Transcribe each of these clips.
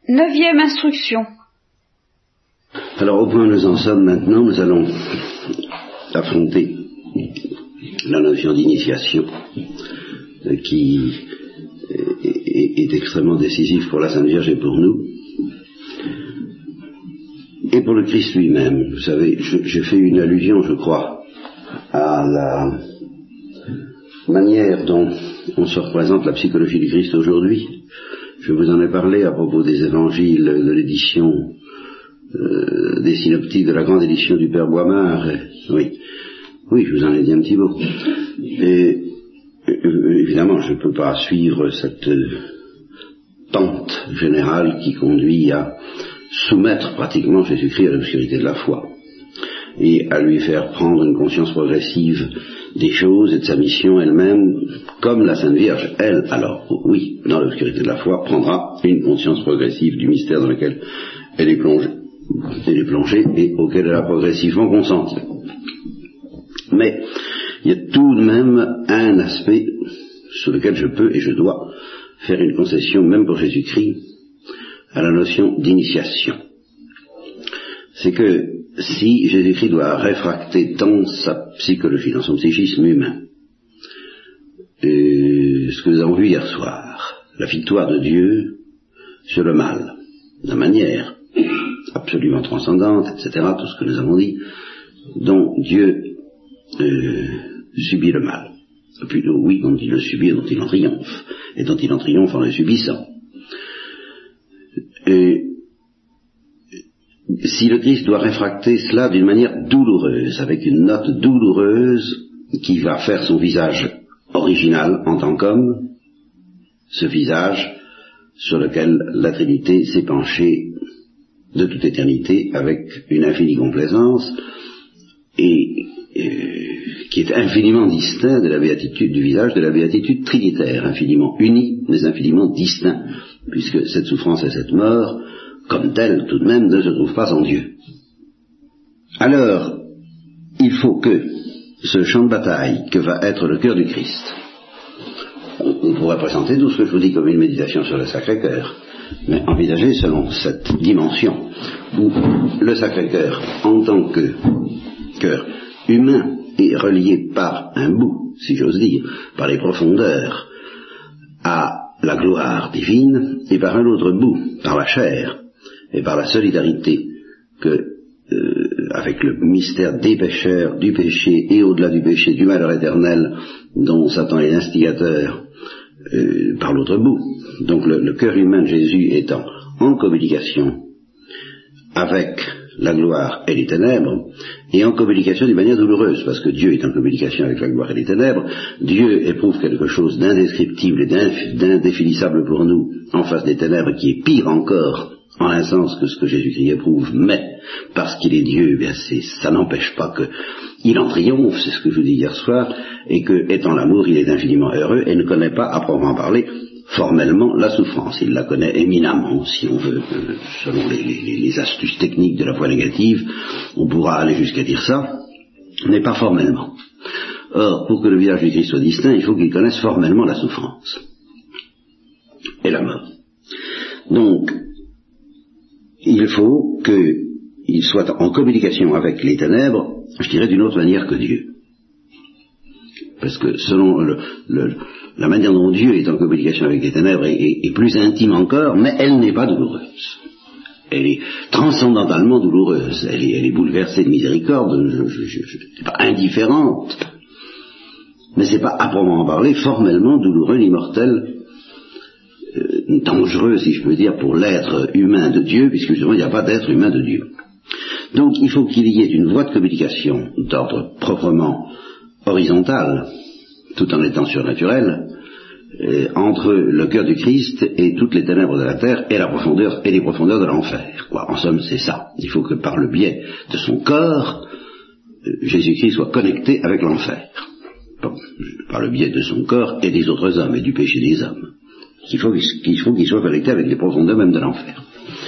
Neuvième instruction. Alors, au point où nous en sommes maintenant, nous allons affronter la notion d'initiation qui est extrêmement décisive pour la Sainte Vierge et pour nous, et pour le Christ lui-même. Vous savez, j'ai fait une allusion, je crois, à la manière dont on se représente la psychologie du Christ aujourd'hui. Je vous en ai parlé à propos des évangiles de l'édition des synoptiques de la grande édition du Père Boimard. Oui, je vous en ai dit un petit mot. Et évidemment, je ne peux pas suivre cette pente générale qui conduit à soumettre pratiquement Jésus-Christ à l'obscurité de la foi et à lui faire prendre une conscience progressive des choses et de sa mission elle-même, comme la Sainte Vierge, elle, alors, oui, dans l'obscurité de la foi, prendra une conscience progressive du mystère dans lequel elle est plongée et auquel elle a progressivement consenti. Mais il y a tout de même un aspect sur lequel je peux et je dois faire une concession, même pour Jésus-Christ, à la notion d'initiation. C'est que si Jésus-Christ doit réfracter dans sa psychologie, dans son psychisme humain, ce que nous avons vu hier soir, la victoire de Dieu sur le mal, de manière absolument transcendante, etc., tout ce que nous avons dit, dont Dieu subit le mal. Plutôt, oui, dont il le subit et dont il en triomphe, et dont il en triomphe en le subissant. Si le Christ doit réfracter cela d'une manière douloureuse, avec une note douloureuse qui va faire son visage original en tant qu'homme, ce visage sur lequel la Trinité s'est penchée de toute éternité avec une infinie complaisance et qui est infiniment distinct de la béatitude du visage de la béatitude trinitaire, infiniment uni mais infiniment distinct, puisque cette souffrance et cette mort comme telle, tout de même, ne se trouve pas en Dieu. Alors, il faut que ce champ de bataille que va être le cœur du Christ, on pourrait présenter tout ce que je vous dis comme une méditation sur le Sacré-Cœur, mais envisager selon cette dimension, où le Sacré-Cœur, en tant que cœur humain, est relié par un bout, si j'ose dire, par les profondeurs, à la gloire divine, et par un autre bout, par la chair, et par la solidarité que, avec le mystère des pécheurs, du péché, et au-delà du péché, du malheur éternel, dont Satan est l'instigateur, par l'autre bout. Donc le cœur humain de Jésus étant en communication avec la gloire et les ténèbres, et en communication d'une manière douloureuse, parce que Dieu est en communication avec la gloire et les ténèbres, Dieu éprouve quelque chose d'indescriptible et d'indéfinissable pour nous en face des ténèbres, qui est pire encore en un sens que ce que Jésus-Christ éprouve, mais parce qu'il est Dieu, bien ça n'empêche pas qu'il en triomphe, c'est ce que je vous dis hier soir, et que, étant l'amour, il est infiniment heureux et ne connaît pas, à proprement parler, formellement la souffrance. Il la connaît éminemment, si on veut, selon les astuces techniques de la foi négative, on pourra aller jusqu'à dire ça, mais pas formellement. Or, pour que le visage du Christ soit distinct, il faut qu'il connaisse formellement la souffrance et la mort. Donc, il faut qu'il soit en communication avec les ténèbres, je dirais d'une autre manière que Dieu. Parce que selon la manière dont Dieu est en communication avec les ténèbres est plus intime encore, mais elle n'est pas douloureuse. Elle est transcendentalement douloureuse. Elle est bouleversée de miséricorde, c'est pas indifférente, mais c'est pas, à proprement parler, formellement douloureux ni mortel, dangereux, si je peux dire, pour l'être humain de Dieu, puisque justement il n'y a pas d'être humain de Dieu. Donc il faut qu'il y ait une voie de communication d'ordre proprement horizontal, tout en étant surnaturel, entre le cœur du Christ et toutes les ténèbres de la terre et la profondeur et les profondeurs de l'enfer. En somme, c'est ça. Il faut que par le biais de son corps, Jésus-Christ soit connecté avec l'enfer. Bon, par le biais de son corps et des autres hommes et du péché des hommes. Il faut qu'il soit connecté avec les profondeurs même de l'enfer.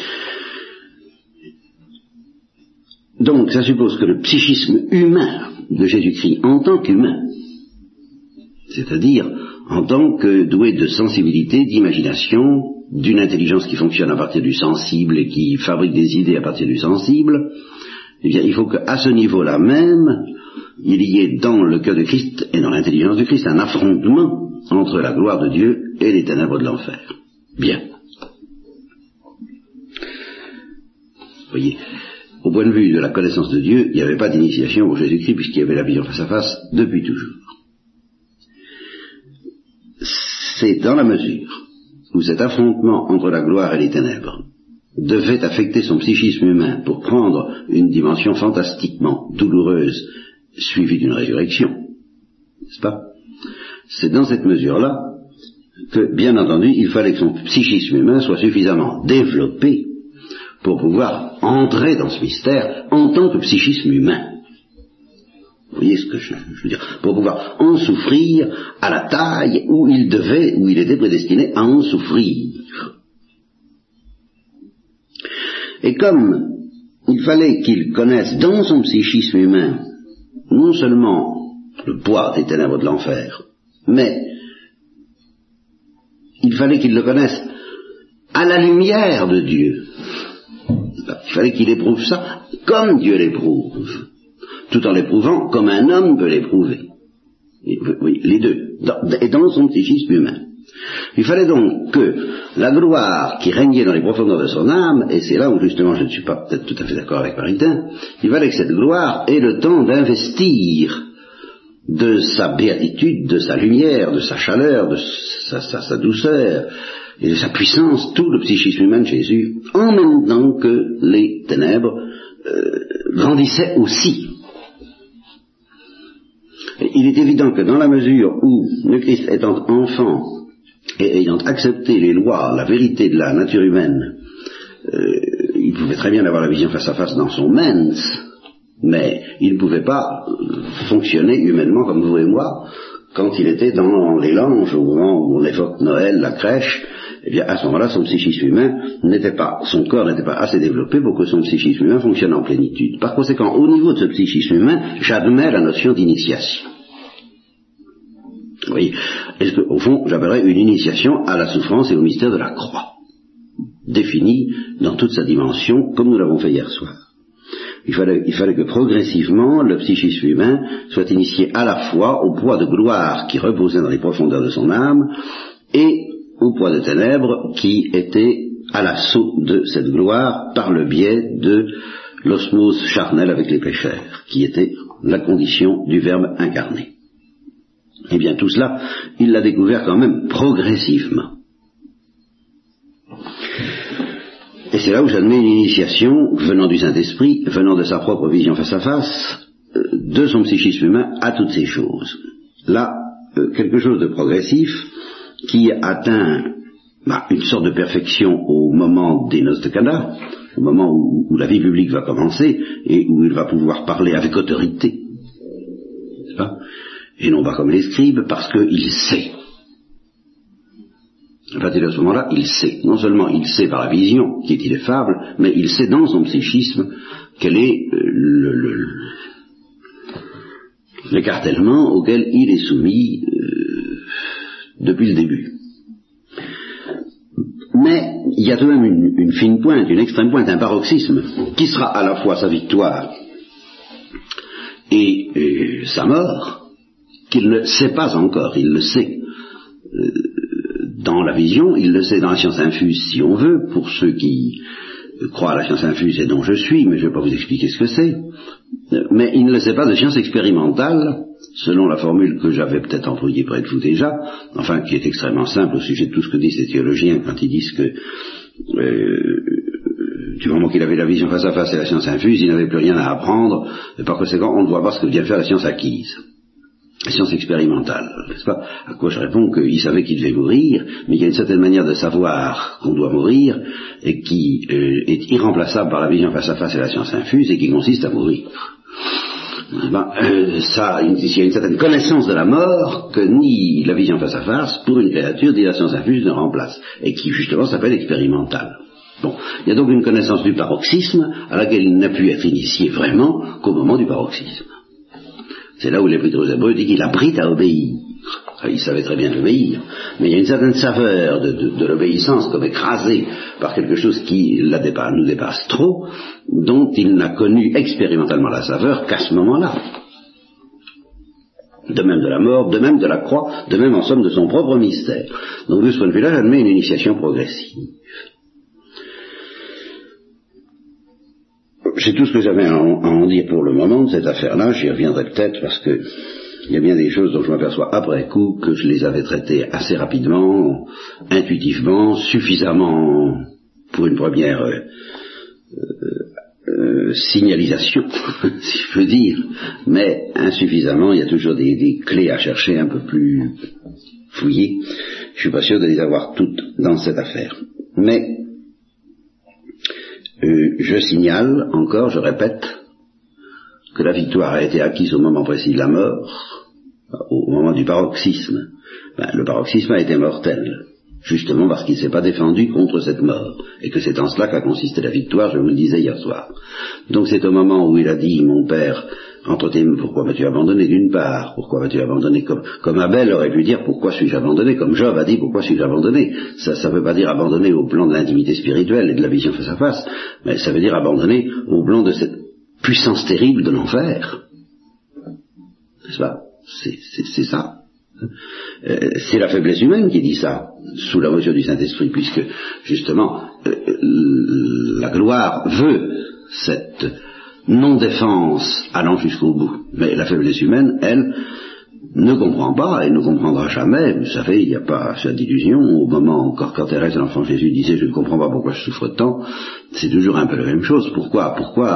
Donc, ça suppose que le psychisme humain de Jésus-Christ, en tant qu'humain, c'est-à-dire en tant que doué de sensibilité, d'imagination, d'une intelligence qui fonctionne à partir du sensible et qui fabrique des idées à partir du sensible, eh bien, il faut qu'à ce niveau-là même, il y ait dans le cœur de Christ et dans l'intelligence du Christ un affrontement entre la gloire de Dieu et les ténèbres de l'enfer. Bien. Vous voyez, au point de vue de la connaissance de Dieu, il n'y avait pas d'initiation pour Jésus-Christ puisqu'il y avait la vision face à face depuis toujours. C'est dans la mesure où cet affrontement entre la gloire et les ténèbres devait affecter son psychisme humain pour prendre une dimension fantastiquement douloureuse suivie d'une résurrection, n'est-ce pas? C'est dans cette mesure-là que, bien entendu, il fallait que son psychisme humain soit suffisamment développé pour pouvoir entrer dans ce mystère en tant que psychisme humain. Vous voyez ce que je veux dire? Pour pouvoir en souffrir à la taille où il était prédestiné à en souffrir. Et comme il fallait qu'il connaisse dans son psychisme humain non seulement le poids des ténèbres de l'enfer, mais il fallait qu'il le connaisse à la lumière de Dieu. Il fallait qu'il éprouve ça comme Dieu l'éprouve, tout en l'éprouvant comme un homme peut l'éprouver. Oui, les deux, et dans son psychisme humain. Il fallait donc que la gloire qui régnait dans les profondeurs de son âme, et c'est là où justement je ne suis pas peut-être tout à fait d'accord avec Maritain, il fallait que cette gloire ait le temps d'investir de sa béatitude, de sa lumière, de sa chaleur, de sa douceur et de sa puissance, tout le psychisme humain de Jésus, en même temps que les ténèbres grandissaient aussi. Et il est évident que dans la mesure où le Christ étant enfant et ayant accepté les lois, la vérité de la nature humaine, il pouvait très bien avoir la vision face à face dans son mens, mais il ne pouvait pas fonctionner humainement comme vous et moi quand il était dans les langes au moment où on évoque Noël, la crèche. Eh bien à ce moment-là son psychisme humain son corps n'était pas assez développé pour que son psychisme humain fonctionne en plénitude. Par conséquent, au niveau de ce psychisme humain, j'admets la notion d'initiation. Vous voyez, est-ce que, au fond, j'appellerais une initiation à la souffrance et au mystère de la croix, définie dans toute sa dimension, comme nous l'avons fait hier soir. Il fallait que progressivement le psychisme humain soit initié à la fois au poids de gloire qui reposait dans les profondeurs de son âme et au poids de ténèbres qui était à l'assaut de cette gloire par le biais de l'osmose charnelle avec les pécheurs, qui était la condition du Verbe incarné. Eh bien tout cela, il l'a découvert quand même progressivement. Et c'est là où j'admets une initiation venant du Saint-Esprit, venant de sa propre vision face à face, de son psychisme humain à toutes ces choses. Là, quelque chose de progressif qui atteint une sorte de perfection au moment des noces de Cana, au moment où la vie publique va commencer et où il va pouvoir parler avec autorité, n'est-ce pas? Et non pas comme les scribes, parce qu'il sait. À partir de ce moment-là, il sait. Non seulement il sait par la vision, qui est ineffable, mais il sait dans son psychisme quel est l'écartèlement auquel il est soumis depuis le début. Mais il y a tout de même une fine pointe, une extrême pointe, un paroxysme, qui sera à la fois sa victoire et sa mort, qu'il ne sait pas encore. Il le sait dans la vision, il le sait dans la science infuse si on veut, pour ceux qui croient à la science infuse et dont je suis, mais je ne vais pas vous expliquer ce que c'est, mais il ne le sait pas de science expérimentale, selon la formule que j'avais peut-être employée près de vous déjà, enfin qui est extrêmement simple au sujet de tout ce que disent les théologiens quand ils disent que du moment qu'il avait la vision face à face et la science infuse, il n'avait plus rien à apprendre, et par conséquent on ne voit pas ce que vient faire la science acquise. La science expérimentale, n'est-ce pas? À quoi je réponds qu'il savait qu'il devait mourir, mais il y a une certaine manière de savoir qu'on doit mourir, et qui est irremplaçable par la vision face à face et la science infuse, et qui consiste à mourir. Il y a une certaine connaissance de la mort que ni la vision face à face, pour une créature, ni la science infuse ne remplace, et qui justement s'appelle expérimentale. Bon, il y a donc une connaissance du paroxysme, à laquelle il n'a pu être initié vraiment qu'au moment du paroxysme. C'est là où l'Épître aux Hébreux dit qu'il a pris à obéir. Il savait très bien l'obéir, mais il y a une certaine saveur de l'obéissance comme écrasée par quelque chose qui nous dépasse trop, dont il n'a connu expérimentalement la saveur qu'à ce moment-là. De même de la mort, de même de la croix, de même en somme de son propre mystère. Donc de ce point de vue-là, j'admets une initiation progressive. C'est tout ce que j'avais à en dire pour le moment de cette affaire-là. J'y reviendrai peut-être parce que il y a bien des choses dont je m'aperçois après coup que je les avais traitées assez rapidement, intuitivement, suffisamment pour une première signalisation, si je peux dire, mais insuffisamment. Il y a toujours des clés à chercher un peu plus fouillées. Je suis pas sûr de les avoir toutes dans cette affaire. Mais je signale encore, je répète, que la victoire a été acquise au moment précis de la mort, au moment du paroxysme. Le paroxysme a été mortel, justement parce qu'il ne s'est pas défendu contre cette mort, et que c'est en cela qu'a consisté la victoire, je vous le disais hier soir. Donc c'est au moment où il a dit, mon père, entre tes mains, pourquoi m'as-tu abandonné d'une part, pourquoi m'as-tu abandonné comme Abel aurait pu dire, pourquoi suis-je abandonné, comme Job a dit, pourquoi suis-je abandonné. Ça ne veut pas dire abandonné au plan de l'intimité spirituelle et de la vision face à face, mais ça veut dire abandonné au plan de cette puissance terrible de l'enfer. N'est-ce pas? C'est ça. C'est la faiblesse humaine qui dit ça, sous la motion du Saint-Esprit, puisque, justement, la gloire veut cette non-défense allant jusqu'au bout. Mais la faiblesse humaine, elle, ne comprend pas et ne comprendra jamais. Vous savez, il n'y a pas cette d'illusion. Au moment encore quand Thérèse, l'enfant Jésus, disait « Je ne comprends pas pourquoi je souffre tant », c'est toujours un peu la même chose. Pourquoi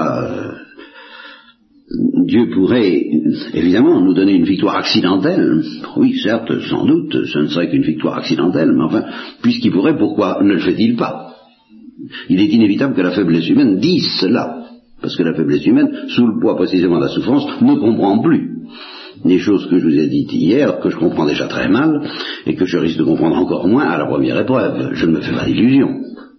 Dieu pourrait, évidemment, nous donner une victoire accidentelle. Oui, certes, sans doute, ce ne serait qu'une victoire accidentelle, mais enfin, puisqu'il pourrait, pourquoi ne le fait-il pas? Il est inévitable que la faiblesse humaine dise cela, parce que la faiblesse humaine, sous le poids précisément de la souffrance, ne comprend plus des choses que je vous ai dites hier, que je comprends déjà très mal, et que je risque de comprendre encore moins à la première épreuve. Je ne me fais pas d'illusions.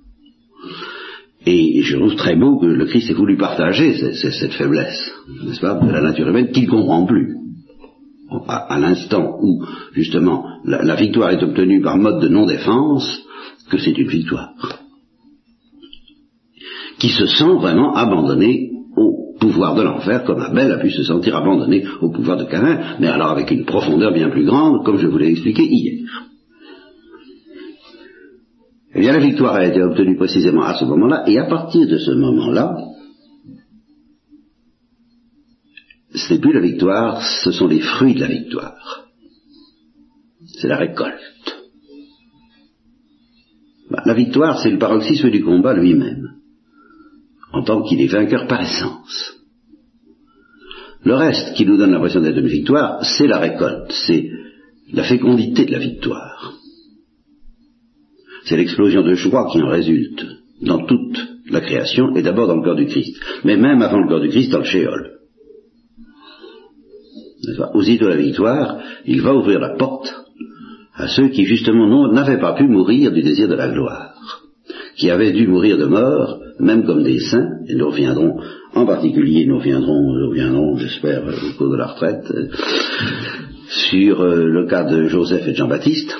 Et je trouve très beau que le Christ ait voulu partager cette faiblesse, n'est-ce pas, de la nature humaine qu'il ne comprend plus. À l'instant où, justement, la victoire est obtenue par mode de non-défense, que c'est une victoire. Qui se sent vraiment abandonné au pouvoir de l'enfer, comme Abel a pu se sentir abandonné au pouvoir de Caïn, mais alors avec une profondeur bien plus grande, comme je vous l'ai expliqué hier. Eh bien, la victoire a été obtenue précisément à ce moment-là, et à partir de ce moment-là, ce n'est plus la victoire, ce sont les fruits de la victoire. C'est la récolte. La victoire, c'est le paroxysme du combat lui-même, en tant qu'il est vainqueur par essence. Le reste qui nous donne l'impression d'être une victoire, c'est la récolte, c'est la fécondité de la victoire. C'est l'explosion de joie qui en résulte dans toute la création et d'abord dans le corps du Christ. Mais même avant le corps du Christ, dans le Shéol. Aussitôt la victoire, il va ouvrir la porte à ceux qui justement n'avaient pas pu mourir du désir de la gloire, qui avaient dû mourir de mort, même comme des saints, et nous reviendrons, en particulier, nous reviendrons, j'espère, au cours de la retraite, sur le cas de Joseph et de Jean-Baptiste,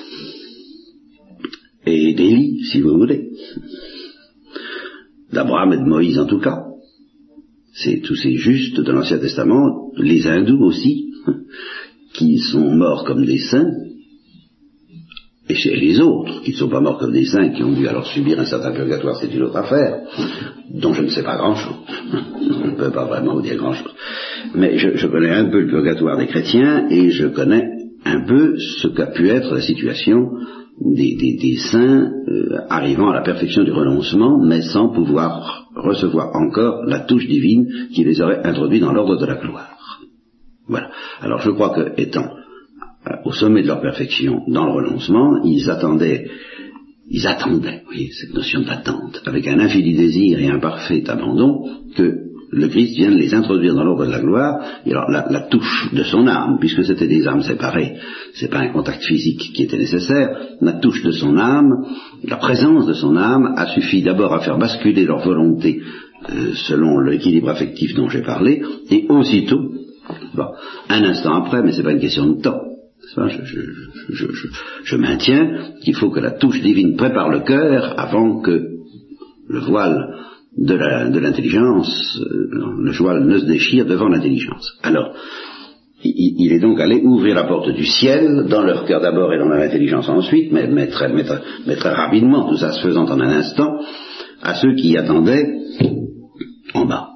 et d'Élie, si vous voulez, d'Abraham et de Moïse en tout cas. C'est tous ces justes de l'Ancien Testament, les hindous aussi, qui sont morts comme des saints, et chez les autres, qui ne sont pas morts comme des saints, qui ont dû alors subir un certain purgatoire, c'est une autre affaire, dont je ne sais pas grand-chose. Je ne peux pas vraiment vous dire grand-chose. Mais je connais un peu le purgatoire des chrétiens, et je connais un peu ce qu'a pu être la situation des saints arrivant à la perfection du renoncement, mais sans pouvoir recevoir encore la touche divine qui les aurait introduits dans l'ordre de la gloire. Voilà. Alors je crois que, étant au sommet de leur perfection dans le renoncement, ils attendaient, vous voyez, cette notion d'attente, avec un infini désir et un parfait abandon, que le Christ vient de les introduire dans l'ordre de la gloire, et alors la touche de son âme, puisque c'était des âmes séparées, c'est pas un contact physique qui était nécessaire, la touche de son âme, la présence de son âme a suffi d'abord à faire basculer leur volonté selon l'équilibre affectif dont j'ai parlé, et aussitôt, un instant après, mais c'est pas une question de temps, Je maintiens qu'il faut que la touche divine prépare le cœur avant que le voile de l'intelligence, le voile ne se déchire devant l'intelligence. Alors, il est donc allé ouvrir la porte du ciel, dans leur cœur d'abord et dans leur intelligence ensuite, mais très rapidement, tout ça se faisant en un instant, à ceux qui attendaient en bas.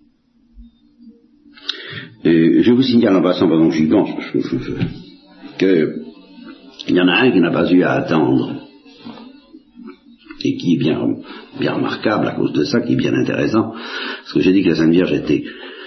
Je vous signale en passant, pendant que j'y pense, qu'il y en a un qui n'a pas eu à attendre, et qui est bien remarquable à cause de ça, qui est bien intéressant, parce que j'ai dit que la Sainte Vierge était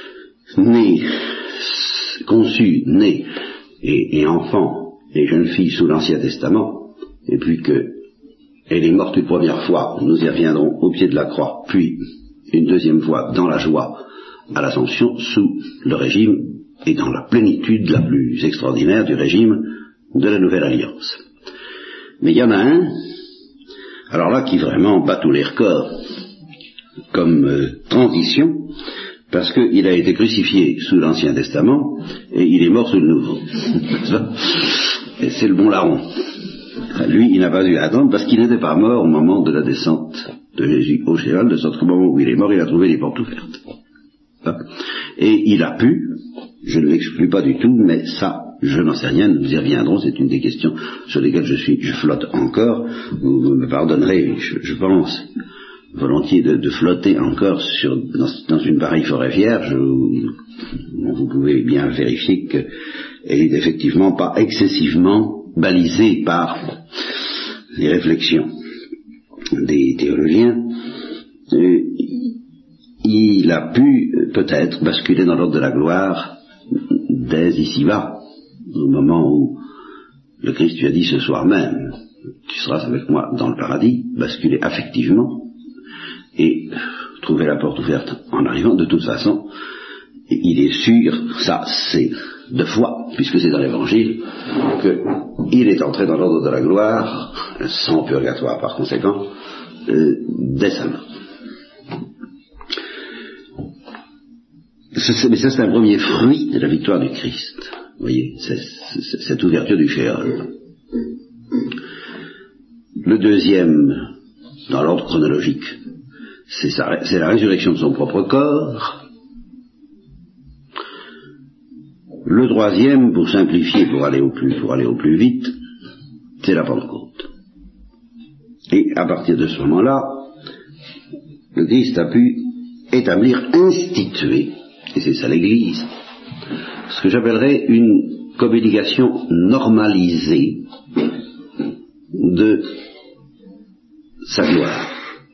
conçue, née et enfant et jeune fille sous l'Ancien Testament, et puis qu'elle est morte une première fois, nous y reviendrons, au pied de la croix, puis une deuxième fois dans la joie à l'Assomption, sous le régime et dans la plénitude la plus extraordinaire du régime de la Nouvelle Alliance. Mais il y en a un, alors là, qui vraiment bat tous les records comme transition, parce qu'il a été crucifié sous l'Ancien Testament et il est mort sous le Nouveau. Et c'est le bon larron. Lui, il n'a pas eu à attendre parce qu'il n'était pas mort au moment de la descente de Jésus au Sheol, de sorte qu'au moment où il est mort, il a trouvé les portes ouvertes. Et il a pu, je ne l'exclus pas du tout, mais ça, je n'en sais rien, nous y reviendrons, c'est une des questions sur lesquelles je flotte encore. Vous me pardonnerez, je pense volontiers de flotter encore dans une pareille forêt vierge. Vous pouvez bien vérifier qu'elle est effectivement pas excessivement balisée par les réflexions des théologiens. Il a pu peut-être basculer dans l'ordre de la gloire dès ici-bas, au moment où le Christ lui a dit ce soir même, tu seras avec moi dans le paradis, basculer affectivement et trouver la porte ouverte en arrivant. De toute façon, il est sûr, ça c'est de foi, puisque c'est dans l'Évangile, qu'il est entré dans l'ordre de la gloire, sans purgatoire par conséquent, dès sa mort. Mais ça c'est un premier fruit de la victoire du Christ. Vous voyez, c'est cette ouverture du Sheol. Le deuxième, dans l'ordre chronologique, c'est la résurrection de son propre corps. Le troisième, pour simplifier, pour aller au plus vite, c'est la Pentecôte. Et à partir de ce moment-là, le Christ a pu établir, instituer, et c'est ça l'Église, ce que j'appellerais une communication normalisée de sa gloire.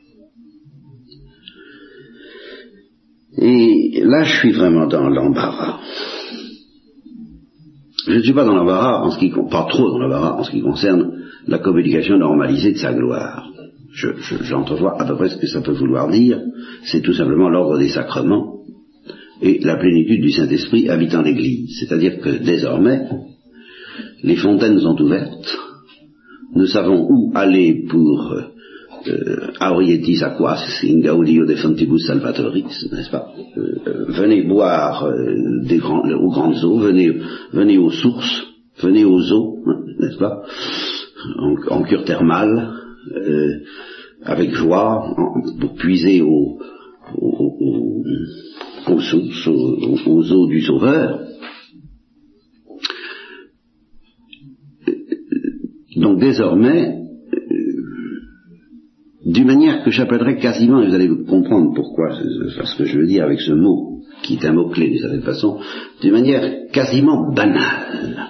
Et là, je suis vraiment dans l'embarras. Je ne suis pas dans l'embarras, pas trop dans l'embarras, en ce qui concerne la communication normalisée de sa gloire. J'entrevois à peu près ce que ça peut vouloir dire. C'est tout simplement l'ordre des sacrements et la plénitude du Saint-Esprit habitant l'Église. C'est-à-dire que désormais, les fontaines sont ouvertes, nous savons où aller pour aurietis aquas in gaudio de fontibus salvatoris, n'est-ce pas? Venez boire aux grandes eaux, venez aux sources, venez aux eaux, n'est-ce pas? En cure thermale, avec joie, pour puiser aux sources, aux eaux du Sauveur. Donc désormais, d'une manière que j'appellerais quasiment, et vous allez comprendre pourquoi, ce que je veux dire avec ce mot, qui est un mot-clé d'une certaine façon, d'une manière quasiment banale,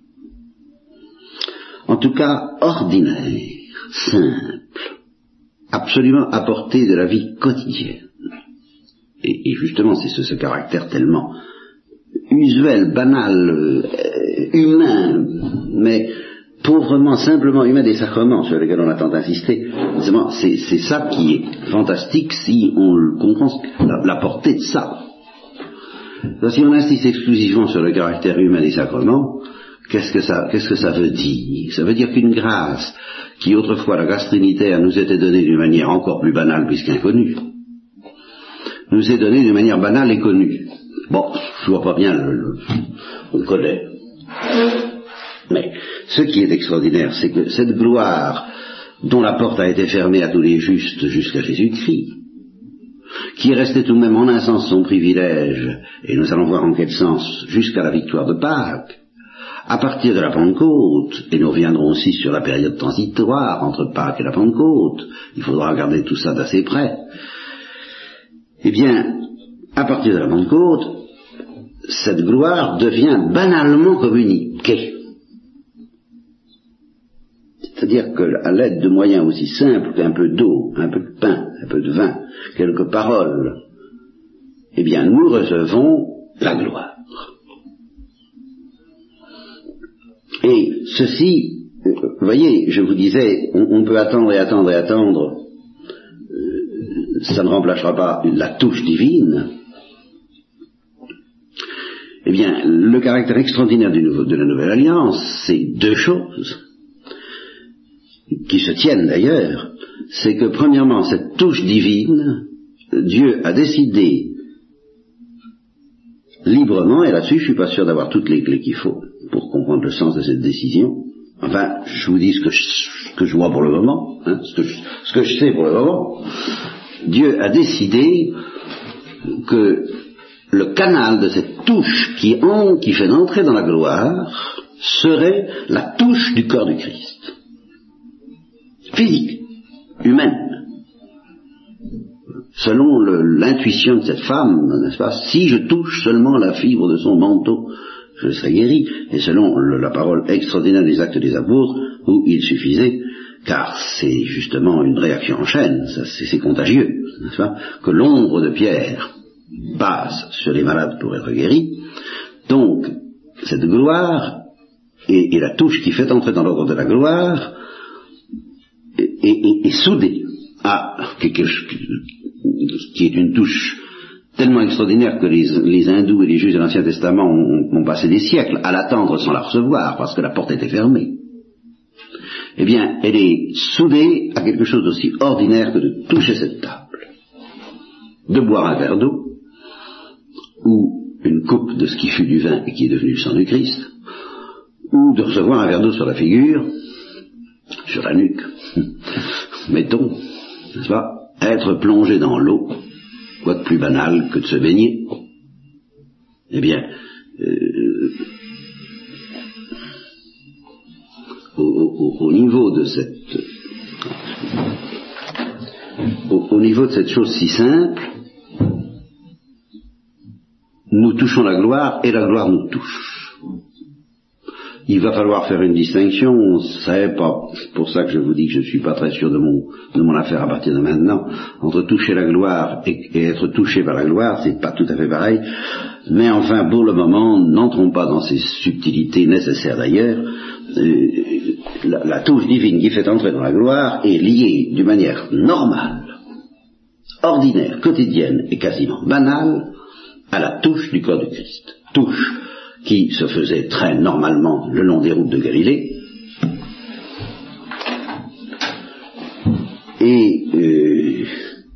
en tout cas ordinaire, simple, absolument à portée de la vie quotidienne. Et justement, c'est ce caractère tellement usuel, banal, humain, mais pauvrement, simplement humain des sacrements sur lesquels on a tant insisté. C'est ça qui est fantastique si on comprend la portée de ça. Donc, si on insiste exclusivement sur le caractère humain des sacrements, qu'est-ce que ça veut dire? Ça veut dire qu'une grâce qui autrefois, la grâce trinitaire, nous était donnée d'une manière encore plus banale puisqu'inconnue, nous est donnée d'une manière banale et connue. Bon, je vois pas bien, on connaît. Mais ce qui est extraordinaire, c'est que cette gloire dont la porte a été fermée à tous les justes jusqu'à Jésus-Christ, qui est resté tout de même en un sens son privilège, et nous allons voir en quel sens, jusqu'à la victoire de Pâques, à partir de la Pentecôte, et nous reviendrons aussi sur la période transitoire entre Pâques et la Pentecôte, il faudra regarder tout ça d'assez près, eh bien, à partir de la Pentecôte, cette gloire devient banalement communiquée. C'est-à-dire qu'à l'aide de moyens aussi simples qu'un peu d'eau, un peu de pain, un peu de vin, quelques paroles, eh bien, nous recevons la gloire. Et ceci, vous voyez, je vous disais, on peut attendre et attendre et attendre, ça ne remplacera pas la touche divine. Eh bien, le caractère extraordinaire de la Nouvelle Alliance, c'est deux choses, qui se tiennent d'ailleurs, c'est que premièrement, cette touche divine, Dieu a décidé librement, et là-dessus je suis pas sûr d'avoir toutes les clés qu'il faut pour comprendre le sens de cette décision. Enfin, je vous dis ce que je vois pour le moment, hein, ce que je sais pour le moment. Dieu a décidé que le canal de cette touche qui fait entrer dans la gloire serait la touche du corps du Christ. Physique, humaine. Selon l'intuition de cette femme, n'est-ce pas, si je touche seulement la fibre de son manteau, je serai guéri. Et selon la parole extraordinaire des Actes des Apôtres, où il suffisait, car c'est justement une réaction en chaîne, c'est contagieux, n'est-ce pas, que l'ombre de Pierre passe sur les malades pour être guéris. Donc, cette gloire et la touche qui fait entrer dans l'ordre de la gloire est soudée à quelque chose qui est une touche tellement extraordinaire que les hindous et les juifs de l'Ancien Testament ont passé des siècles à l'attendre sans la recevoir parce que la porte était fermée. Eh bien, elle est soudée à quelque chose d'aussi ordinaire que de toucher cette table, de boire un verre d'eau ou une coupe de ce qui fut du vin et qui est devenu le sang du Christ, ou de recevoir un verre d'eau sur la figure, sur la nuque, mettons, n'est-ce pas, être plongé dans l'eau, quoi de plus banal que de se baigner. Eh bien, au niveau de cette chose si simple, nous touchons la gloire et la gloire nous touche. Il va falloir faire une distinction, c'est pas pour ça que je vous dis que je ne suis pas très sûr de mon affaire à partir de maintenant, entre toucher la gloire et être touché par la gloire, c'est pas tout à fait pareil, mais enfin pour le moment, n'entrons pas dans ces subtilités nécessaires d'ailleurs. La touche divine qui fait entrer dans la gloire est liée d'une manière normale, ordinaire, quotidienne et quasiment banale à la touche du corps du Christ. Touche qui se faisait très normalement le long des routes de Galilée, et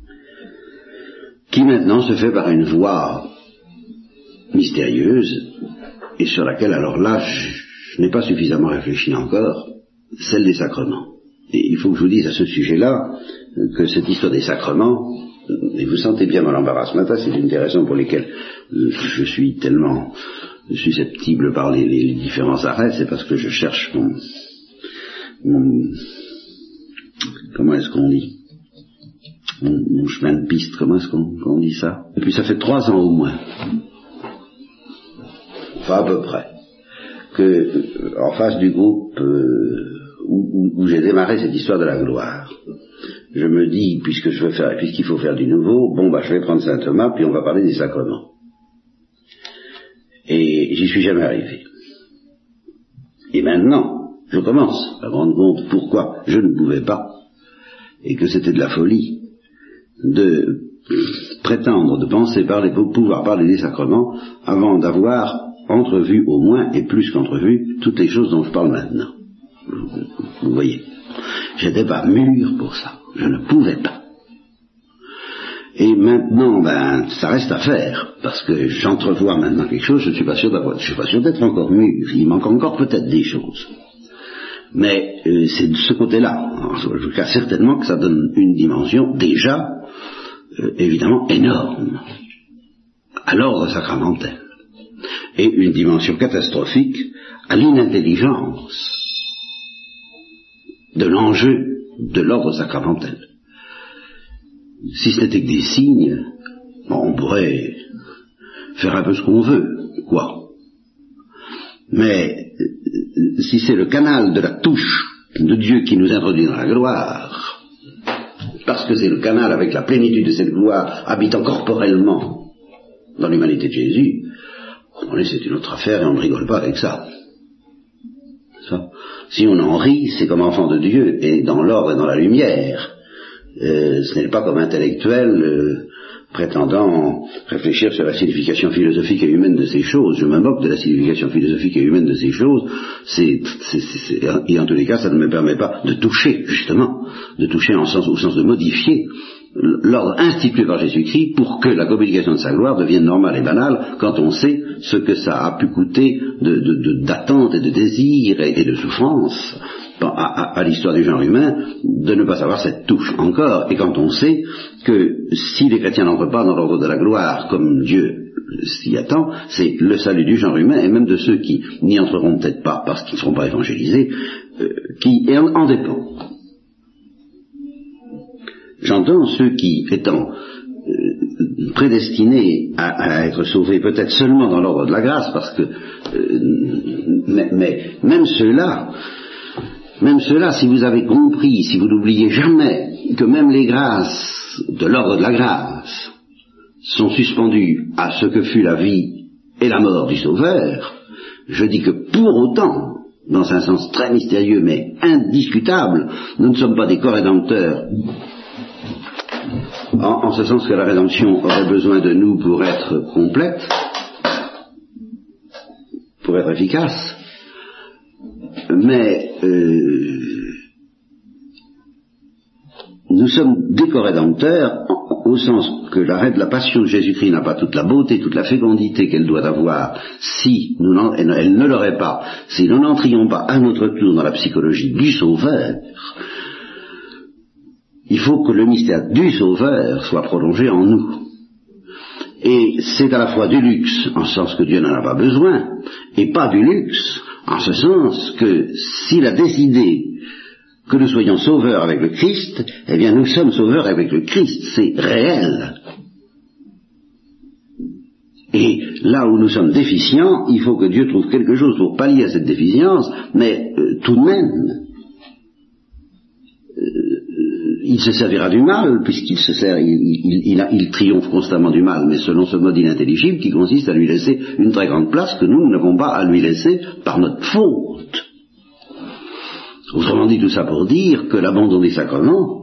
qui maintenant se fait par une voie mystérieuse, et sur laquelle, alors là, je n'ai pas suffisamment réfléchi encore, celle des sacrements. Et il faut que je vous dise à ce sujet-là, que cette histoire des sacrements, et vous sentez bien mon embarras ce matin, c'est une des raisons pour lesquelles je suis tellement susceptible par les différents arrêts, c'est parce que je cherche mon comment est-ce qu'on dit, mon chemin de piste, comment est-ce qu'on dit ça? Et puis ça fait 3 ans au moins, enfin à peu près, que en face du groupe où j'ai démarré cette histoire de la gloire, je me dis, puisqu'il faut faire du nouveau, je vais prendre saint Thomas, puis on va parler des sacrements. Et j'y suis jamais arrivé. Et maintenant, je commence à me rendre compte pourquoi je ne pouvais pas, et que c'était de la folie, de prétendre, de penser pouvoir parler des sacrements, avant d'avoir entrevu au moins, et plus qu'entrevu, toutes les choses dont je parle maintenant. Vous voyez, j'étais pas mûr pour ça, je ne pouvais pas. Et maintenant, ça reste à faire, parce que j'entrevois maintenant quelque chose, je ne suis pas sûr d'être encore mûr, il manque encore peut-être des choses. Mais c'est de ce côté-là, en tout cas certainement que ça donne une dimension déjà, évidemment, énorme à l'ordre sacramentel, et une dimension catastrophique à l'inintelligence de l'enjeu de l'ordre sacramentel. Si ce n'était que des signes, on pourrait faire un peu ce qu'on veut, quoi. Mais si c'est le canal de la touche de Dieu qui nous introduit dans la gloire, parce que c'est le canal avec la plénitude de cette gloire habitant corporellement dans l'humanité de Jésus, c'est une autre affaire et on ne rigole pas avec ça. Si on en rit, c'est comme enfant de Dieu et dans l'ordre et dans la lumière. Ce n'est pas comme intellectuel prétendant réfléchir sur la signification philosophique et humaine de ces choses. Je me moque de la signification philosophique et humaine de ces choses. Et en tous les cas, ça ne me permet pas de toucher, justement, au sens de modifier l'ordre institué par Jésus-Christ pour que la communication de sa gloire devienne normale et banale quand on sait ce que ça a pu coûter d'attente et de désir et de souffrance à l'histoire du genre humain de ne pas avoir cette touche encore, et quand on sait que si les chrétiens n'entrent pas dans l'ordre de la gloire comme Dieu s'y attend, c'est le salut du genre humain, et même de ceux qui n'y entreront peut-être pas parce qu'ils ne seront pas évangélisés, qui en dépend. J'entends ceux qui, étant prédestinés à être sauvés peut-être seulement dans l'ordre de la grâce, parce que mais même ceux-là, si vous avez compris, si vous n'oubliez jamais que même les grâces de l'ordre de la grâce sont suspendues à ce que fut la vie et la mort du Sauveur, je dis que pour autant, dans un sens très mystérieux mais indiscutable, nous ne sommes pas des co-rédempteurs, en ce sens que la rédemption aurait besoin de nous pour être complète, pour être efficace, mais nous sommes des co-rédempteurs au sens que l'arrêt de la passion de Jésus-Christ n'a pas toute la beauté, toute la fécondité qu'elle doit avoir si elle ne l'aurait pas, si nous n'entrions pas à notre tour dans la psychologie du Sauveur. Il faut que le mystère du Sauveur soit prolongé en nous. Et c'est à la fois du luxe, en ce sens que Dieu n'en a pas besoin, et pas du luxe, en ce sens que s'il a décidé que nous soyons sauveurs avec le Christ, eh bien nous sommes sauveurs avec le Christ, c'est réel. Et là où nous sommes déficients, il faut que Dieu trouve quelque chose pour pallier à cette déficience, mais tout de même, il se servira du mal, puisqu'il se sert, il triomphe constamment du mal, mais selon ce mode inintelligible qui consiste à lui laisser une très grande place que nous n'avons pas à lui laisser par notre faute. Autrement dit, tout ça pour dire que l'abandon des sacrements,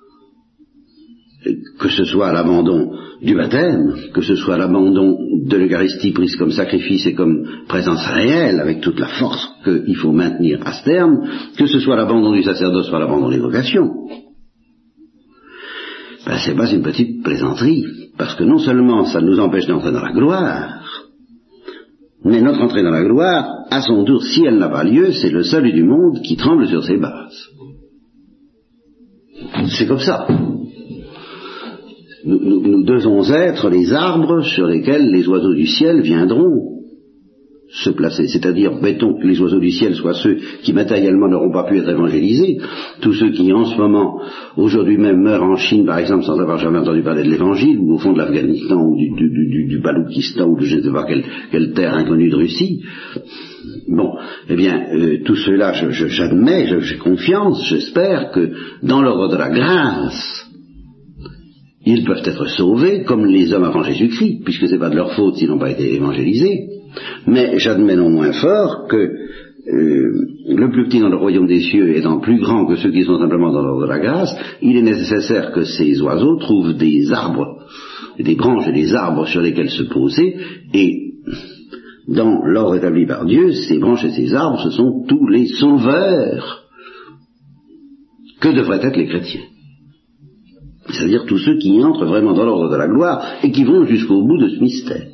que ce soit l'abandon du baptême, que ce soit l'abandon de l'Eucharistie prise comme sacrifice et comme présence réelle, avec toute la force qu'il faut maintenir à ce terme, que ce soit l'abandon du sacerdoce par l'abandon des vocations, c'est pas une petite plaisanterie, parce que non seulement ça nous empêche d'entrer dans la gloire, mais notre entrée dans la gloire, à son tour, si elle n'a pas lieu, c'est le salut du monde qui tremble sur ses bases. C'est comme ça. Nous devons être les arbres sur lesquels les oiseaux du ciel viendront se placer, c'est-à-dire, mettons que les oiseaux du ciel soient ceux qui matériellement n'auront pas pu être évangélisés, tous ceux qui en ce moment, aujourd'hui même, meurent en Chine, par exemple, sans avoir jamais entendu parler de l'évangile, ou au fond de l'Afghanistan, ou du Baloukistan, ou de je ne sais pas quelle terre inconnue de Russie. Bon, eh bien, tout cela, j'admets, j'ai confiance, j'espère que dans l'ordre de la grâce, ils peuvent être sauvés, comme les hommes avant Jésus-Christ, puisque c'est pas de leur faute s'ils n'ont pas été évangélisés. Mais j'admets non moins fort que le plus petit dans le royaume des cieux étant plus grand que ceux qui sont simplement dans l'ordre de la grâce, il est nécessaire que ces oiseaux trouvent des arbres, des branches et des arbres sur lesquels se poser, et dans l'ordre établi par Dieu, ces branches et ces arbres, ce sont tous les sauveurs que devraient être les chrétiens. c'est-à-dire tous ceux qui entrent vraiment dans l'ordre de la gloire et qui vont jusqu'au bout de ce mystère.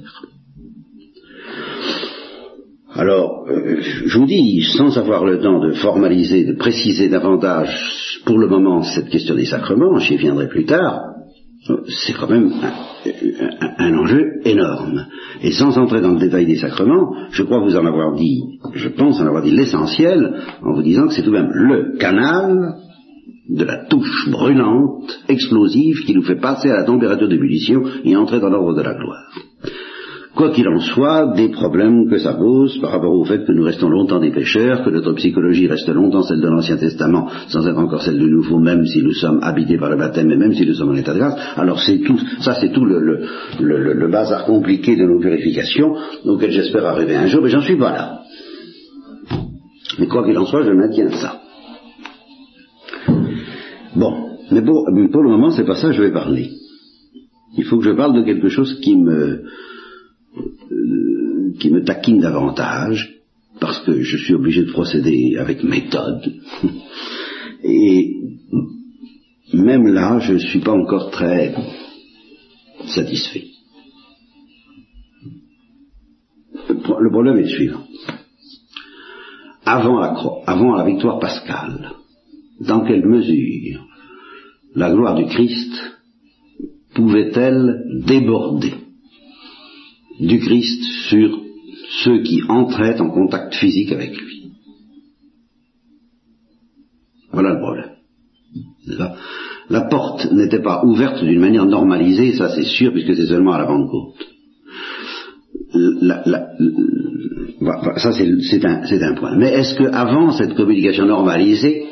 Alors, je vous dis, sans avoir le temps de formaliser, de préciser davantage pour le moment cette question des sacrements, j'y viendrai plus tard, c'est quand même un enjeu énorme. Et sans entrer dans le détail des sacrements, je crois vous en avoir dit, je pense en avoir dit l'essentiel, en vous disant que c'est tout de même le canal de la touche brûlante, explosive, qui nous fait passer à la température d'ébullition et entrer dans l'ordre de la gloire. Quoi qu'il en soit, des problèmes que ça pose par rapport au fait que nous restons longtemps des pécheurs, que notre psychologie reste longtemps celle de l'Ancien Testament, sans être encore celle du Nouveau, même si nous sommes habités par le baptême et même si nous sommes en état de grâce. Alors c'est tout, ça c'est tout le bazar compliqué de nos purifications, auquel j'espère arriver un jour, mais j'en suis pas là. Mais quoi qu'il en soit, je maintiens ça. Bon, mais pour le moment, c'est pas ça que je vais parler. Il faut que je parle de quelque chose qui me taquine davantage, parce que je suis obligé de procéder avec méthode. Et même là, je ne suis pas encore très satisfait. Le problème est le suivant. Avant la croix, avant la victoire pascale, dans quelle mesure la gloire du Christ pouvait-elle déborder du Christ sur ceux qui entraient en contact physique avec lui? Voilà le problème. La porte n'était pas ouverte d'une manière normalisée, ça c'est sûr, puisque c'est seulement à la Pentecôte. Ça c'est un point. Mais est-ce qu'avant cette communication normalisée,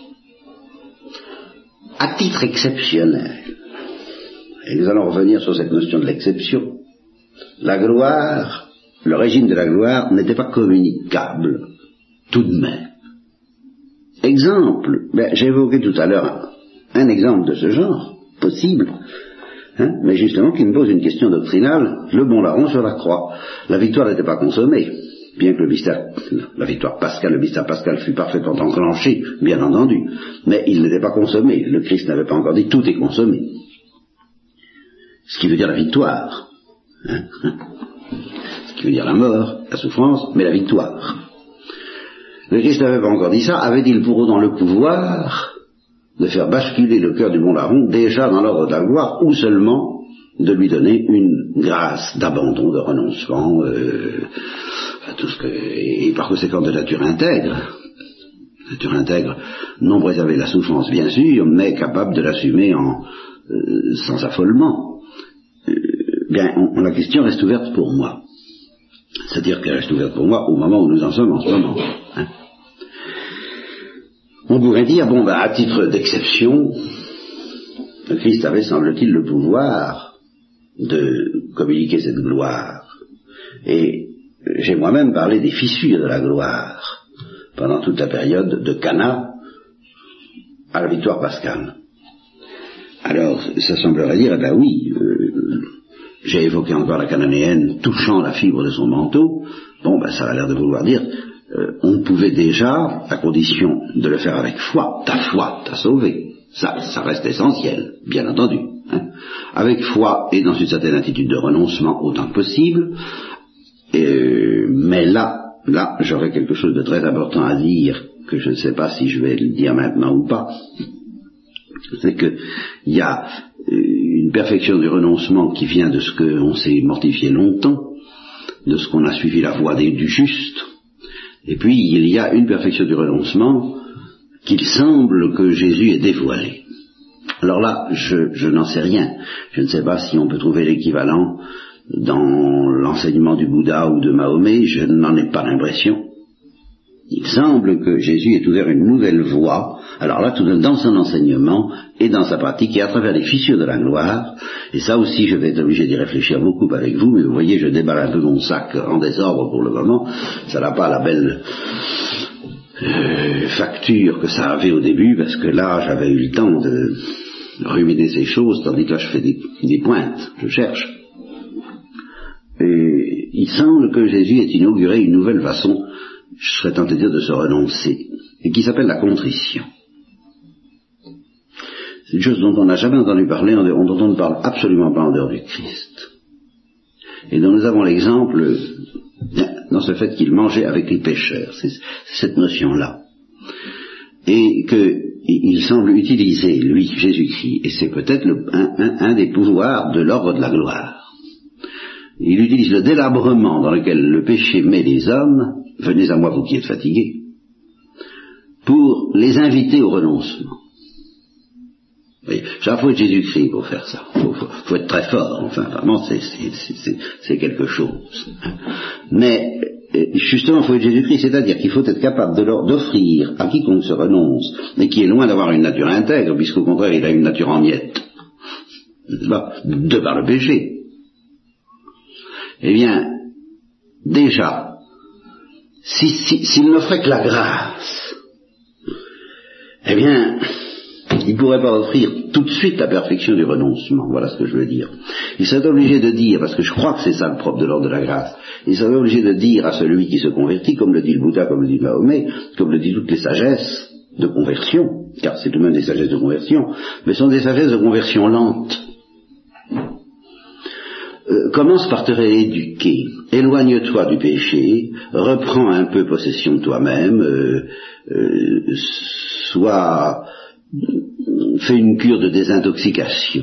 à titre exceptionnel, et nous allons revenir sur cette notion de l'exception, la gloire, le régime de la gloire n'était pas communicable, tout de même. Exemple, j'ai évoqué tout à l'heure un exemple de ce genre, possible, mais justement qui me pose une question doctrinale, le bon larron sur la croix. La victoire n'était pas consommée, bien que la victoire pascale, le mystère pascal fut parfaitement enclenché, bien entendu, mais il n'était pas consommé. Le Christ n'avait pas encore dit tout est consommé. Ce qui veut dire la victoire. Ce qui veut dire la mort, la souffrance, mais la victoire. Le Christ n'avait pas encore dit ça. Avait-il pour autant le pouvoir de faire basculer le cœur du bon larron déjà dans l'ordre de la gloire, ou seulement de lui donner une grâce d'abandon, de renoncement, tout ce que, et par conséquent de nature intègre, non réservée de la souffrance bien sûr, mais capable de l'assumer sans affolement. La question reste ouverte pour moi. C'est-à-dire qu'elle reste ouverte pour moi au moment où nous en sommes en ce moment. On pourrait dire, à titre d'exception, le Christ avait, semble-t-il, le pouvoir de communiquer cette gloire. Et j'ai moi-même parlé des fissures de la gloire pendant toute la période de Cana à la victoire pascale. Alors, ça semblerait dire, oui, j'ai évoqué encore la cananéenne touchant la fibre de son manteau. Ça a l'air de vouloir dire, on pouvait déjà, à condition de le faire avec foi t'a sauvé. Ça reste essentiel, bien entendu. Avec foi et dans une certaine attitude de renoncement autant que possible. Mais là, j'aurais quelque chose de très important à dire, que je ne sais pas si je vais le dire maintenant ou pas. C'est qu'il y a une perfection du renoncement qui vient de ce qu'on s'est mortifié longtemps, de ce qu'on a suivi la voie du juste, et puis il y a une perfection du renoncement qu'il semble que Jésus ait dévoilée. Alors là, je n'en sais rien, je ne sais pas si on peut trouver l'équivalent dans l'enseignement du Bouddha ou de Mahomet, je n'en ai pas l'impression. Il semble que Jésus ait ouvert une nouvelle voie, alors là, tout dans son enseignement et dans sa pratique, et à travers les fissures de la gloire, et ça aussi je vais être obligé d'y réfléchir beaucoup avec vous, mais vous voyez, je déballe un peu mon sac en désordre pour le moment, ça n'a pas la belle facture que ça avait au début, parce que là, j'avais eu le temps de ruminer ces choses, tandis que là, je fais des pointes, je cherche. Et il semble que Jésus ait inauguré une nouvelle façon, je serais tenté de dire, de se renoncer, et qui s'appelle la contrition. C'est une chose dont on n'a jamais entendu parler, dont on ne parle absolument pas en dehors du Christ. Et dont nous avons l'exemple dans ce fait qu'il mangeait avec les pécheurs. C'est cette notion-là. Et qu'il semble utiliser, lui, Jésus-Christ, et c'est peut-être un des pouvoirs de l'ordre de la gloire. Il utilise le délabrement dans lequel le péché met les hommes, venez à moi vous qui êtes fatigués, pour les inviter au renoncement. Il faut être Jésus-Christ pour faire ça. Faut être très fort, enfin, vraiment, c'est quelque chose. Mais, justement, il faut être Jésus-Christ, c'est-à-dire qu'il faut être capable d'offrir à quiconque se renonce, et qui est loin d'avoir une nature intègre, puisqu'au contraire, il a une nature en miettes, de par le péché. Eh bien, déjà, s'il n'offrait que la grâce, eh bien, il ne pourrait pas offrir tout de suite la perfection du renoncement, voilà ce que je veux dire. Il serait obligé de dire, parce que je crois que c'est ça le propre de l'ordre de la grâce, il serait obligé de dire à celui qui se convertit, comme le dit le Bouddha, comme le dit Mahomet, comme le dit toutes les sagesses de conversion, car c'est tout de même des sagesses de conversion, mais ce sont des sagesses de conversion lentes. Commence par te rééduquer, éloigne-toi du péché, reprends un peu possession de toi-même, fais une cure de désintoxication.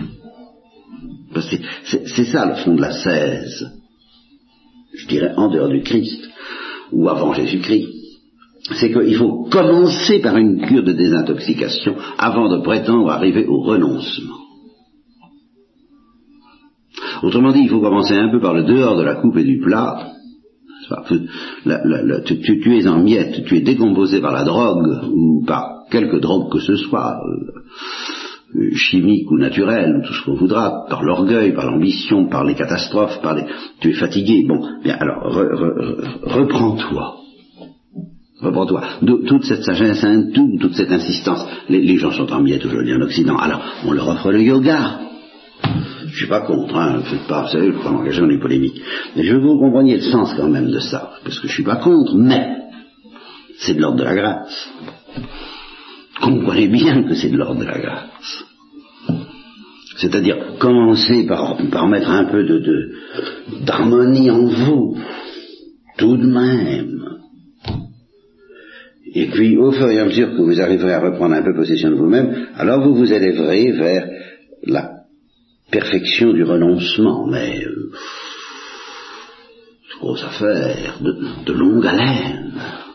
C'est ça le fond de la 16, je dirais en dehors du Christ, ou avant Jésus-Christ. C'est qu'il faut commencer par une cure de désintoxication avant de prétendre arriver au renoncement. Autrement dit, il faut commencer un peu par le dehors de la coupe et du plat. Tu es en miettes, tu es décomposé par la drogue, ou par quelque drogue que ce soit, chimique ou naturelle, tout ce qu'on voudra, par l'orgueil, par l'ambition, par les catastrophes, tu es fatigué. Bon, bien alors, reprends-toi. Reprends-toi. Toute cette sagesse, toute cette insistance. Les gens sont en miettes aujourd'hui en Occident, alors on leur offre le yoga. Je suis pas contre, faites pas, vous savez, je ne peux pas m'engager dans les polémiques. Mais je veux que vous compreniez le sens quand même de ça, parce que je suis pas contre, mais c'est de l'ordre de la grâce. Comprenez bien que c'est de l'ordre de la grâce. C'est-à-dire, commencez par mettre un peu d'harmonie en vous, tout de même. Et puis, au fur et à mesure que vous arriverez à reprendre un peu possession de vous-même, alors vous vous élèverez vers la perfection du renoncement, mais grosse affaire, de longue haleine.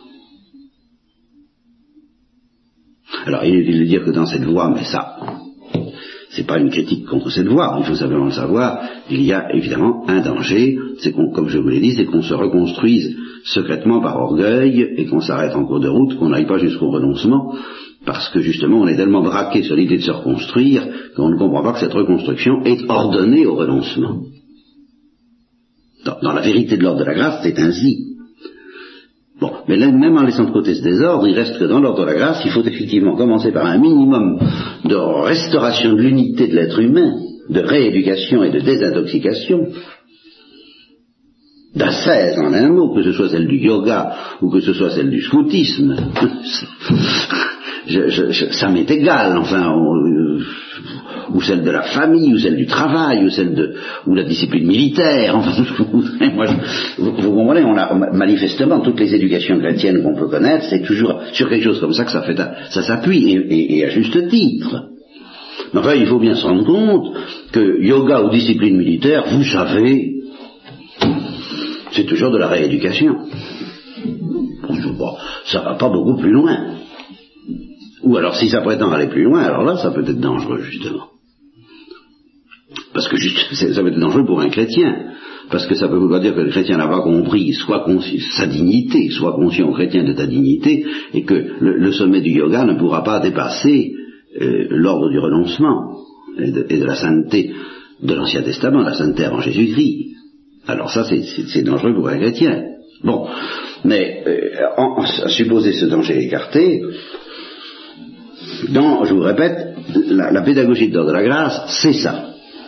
Alors inutile de dire que dans cette voie, mais ça, c'est pas une critique contre cette voie, il faut simplement le savoir, il y a évidemment un danger, c'est comme je vous l'ai dit, c'est qu'on se reconstruise secrètement par orgueil et qu'on s'arrête en cours de route, qu'on n'aille pas jusqu'au renoncement, parce que justement on est tellement braqué sur l'idée de se reconstruire qu'on ne comprend pas que cette reconstruction est ordonnée au renoncement. Dans la vérité de l'ordre de la grâce, c'est ainsi. Bon, mais là, même en laissant de côté ce désordre, il reste que dans l'ordre de la grâce, il faut effectivement commencer par un minimum de restauration de l'unité de l'être humain, de rééducation et de désintoxication, d'ascèse en un mot, que ce soit celle du yoga ou que ce soit celle du scoutisme. Ça m'est égal, enfin, ou celle de la famille, ou celle du travail, ou la discipline militaire, enfin, moi, vous comprenez, on a manifestement toutes les éducations chrétiennes qu'on peut connaître, c'est toujours sur quelque chose comme ça que ça s'appuie, et à juste titre. Mais enfin, il faut bien se rendre compte que yoga ou discipline militaire, vous savez, c'est toujours de la rééducation. Ça va pas beaucoup plus loin. Ou alors si ça prétend aller plus loin, alors là ça peut être dangereux justement. Parce que ça peut être dangereux pour un chrétien. Parce que ça peut vouloir dire que le chrétien n'a pas compris soit sa dignité, soit conscient chrétien de ta dignité, et que le sommet du yoga ne pourra pas dépasser l'ordre du renoncement et de la sainteté de l'Ancien Testament, la sainteté avant Jésus-Christ. Alors ça c'est dangereux pour un chrétien. Bon, mais à supposer ce danger écarté, je vous répète, la pédagogie de l'ordre de la grâce, c'est ça.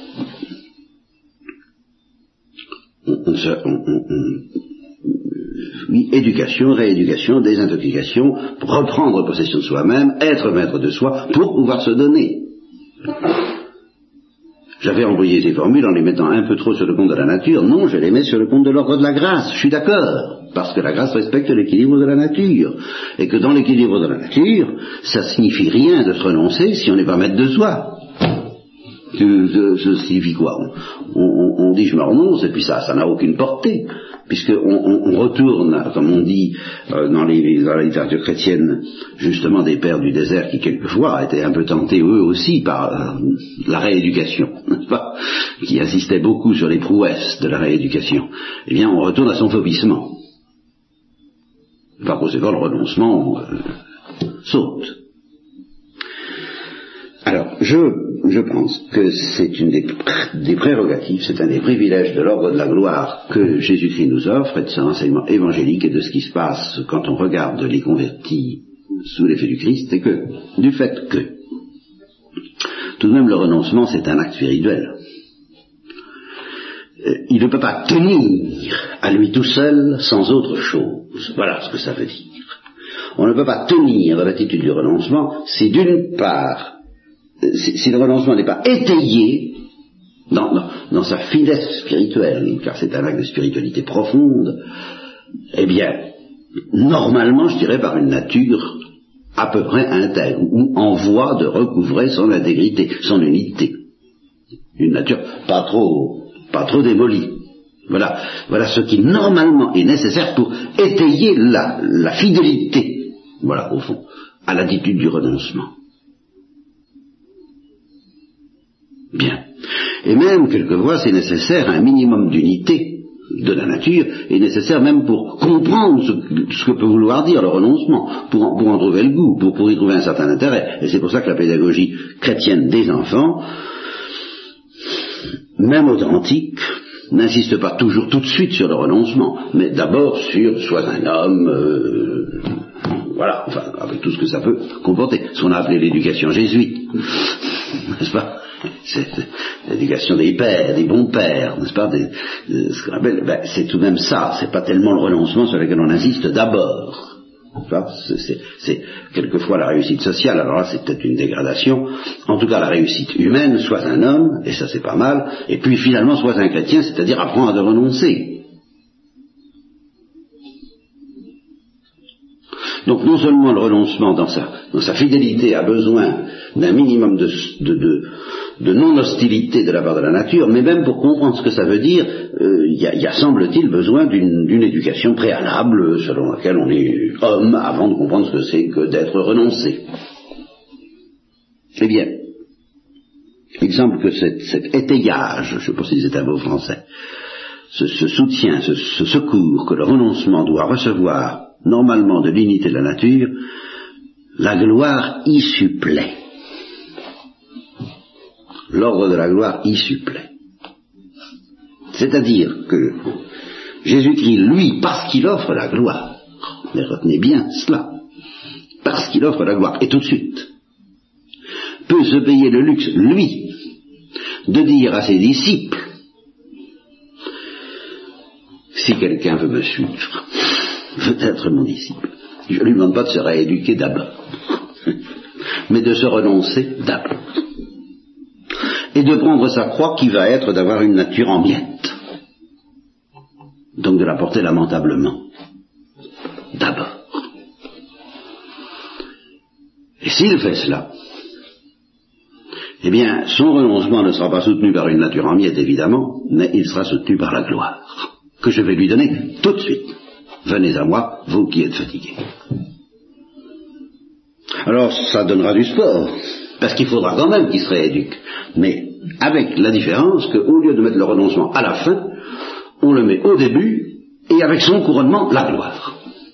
Oui, éducation, rééducation, désintoxication, reprendre possession de soi-même, être maître de soi, pour pouvoir se donner. J'avais envoyé ces formules en les mettant un peu trop sur le compte de la nature. Non, je les mets sur le compte de l'ordre de la grâce. Je suis d'accord, parce que la grâce respecte l'équilibre de la nature. Et que dans l'équilibre de la nature, ça signifie rien de se renoncer si on n'est pas maître de soi. Ça signifie quoi? On dit je me renonce, et puis ça n'a aucune portée, puisqu'on retourne, comme on dit dans la littérature chrétienne, justement des pères du désert qui quelquefois étaient un peu tentés eux aussi par la rééducation, n'est-ce pas, qui insistaient beaucoup sur les prouesses de la rééducation. Eh bien, on retourne à son fobissement. Par conséquent, le renoncement saute. Alors, je pense que c'est une des prérogatives, c'est un des privilèges de l'ordre de la gloire que Jésus-Christ nous offre, et de son enseignement évangélique et de ce qui se passe quand on regarde les convertis sous l'effet du Christ, c'est que, du fait que, tout de même le renoncement c'est un acte spirituel. Il ne peut pas tenir à lui tout seul sans autre chose. Voilà ce que ça veut dire. On ne peut pas tenir dans l'attitude du renoncement si d'une part, si le renoncement n'est pas étayé dans sa finesse spirituelle, car c'est un acte de spiritualité profonde, eh bien, normalement, je dirais par une nature à peu près intègre, ou en voie de recouvrer son intégrité, son unité. Une nature pas trop démolie. Voilà ce qui normalement est nécessaire pour étayer la fidélité, voilà, au fond, à l'attitude du renoncement. Bien. Et même, quelquefois, c'est nécessaire un minimum d'unité de la nature, est nécessaire même pour comprendre ce que peut vouloir dire le renoncement, pour en trouver le goût, pour y trouver un certain intérêt. Et c'est pour ça que la pédagogie chrétienne des enfants, même authentique, n'insiste pas toujours tout de suite sur le renoncement, mais d'abord sur sois un homme, voilà, enfin, avec tout ce que ça peut comporter, ce qu'on a appelé l'éducation jésuite, n'est-ce pas? C'est l'éducation des pères, des bons pères, n'est-ce pas, ce qu'on appelle, c'est tout de même ça, c'est pas tellement le renoncement sur lequel on insiste d'abord. C'est quelquefois la réussite sociale, alors là c'est peut-être une dégradation, en tout cas la réussite humaine, sois un homme, et ça c'est pas mal, et puis finalement sois un chrétien, c'est-à-dire apprends à renoncer. Donc non seulement le renoncement dans sa fidélité a besoin d'un minimum de non-hostilité de la part de la nature, mais même pour comprendre ce que ça veut dire, il y a semble-t-il besoin d'une éducation préalable selon laquelle on est homme avant de comprendre ce que c'est que d'être renoncé. Eh bien, exemple que cet étayage, je ne sais pas si c'est un mot français, ce soutien, ce secours que le renoncement doit recevoir normalement de l'unité de la nature, la gloire y supplée. L'ordre de la gloire y supplée. C'est-à-dire que Jésus-Christ, lui, parce qu'il offre la gloire, mais retenez bien cela, parce qu'il offre la gloire, et tout de suite, peut se payer le luxe, lui, de dire à ses disciples, si quelqu'un veut me suivre, veut être mon disciple, je ne lui demande pas de se rééduquer d'abord, mais de se renoncer d'abord. Et de prendre sa croix qui va être d'avoir une nature en miettes. Donc de la porter lamentablement. D'abord. Et s'il fait cela, eh bien, son renoncement ne sera pas soutenu par une nature en miettes, évidemment, mais il sera soutenu par la gloire, que je vais lui donner tout de suite. Venez à moi, vous qui êtes fatigués. Alors, ça donnera du sport, parce qu'il faudra quand même qu'il se rééduque. Mais avec la différence qu'au lieu de mettre le renoncement à la fin, on le met au début, et avec son couronnement, la gloire.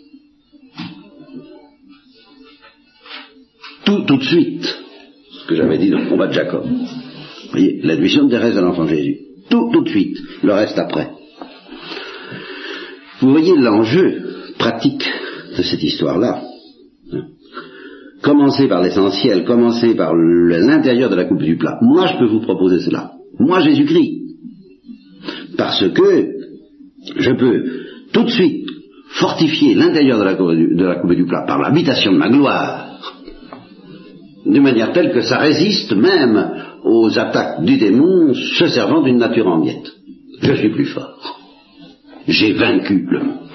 Tout de suite, ce que j'avais dit dans le combat de Jacob. Vous voyez, l'admission de Thérèse de l'enfant Jésus. Tout de suite, le reste après. Vous voyez l'enjeu pratique de cette histoire-là. Commencez par l'essentiel, commencez par l'intérieur de la coupe du plat. Moi, je peux vous proposer cela. Moi, Jésus-Christ. Parce que je peux tout de suite fortifier l'intérieur de la coupe du plat par l'habitation de ma gloire. d'une manière telle que ça résiste même aux attaques du démon se servant d'une nature en miettes. Je suis plus fort. J'ai vaincu le monde.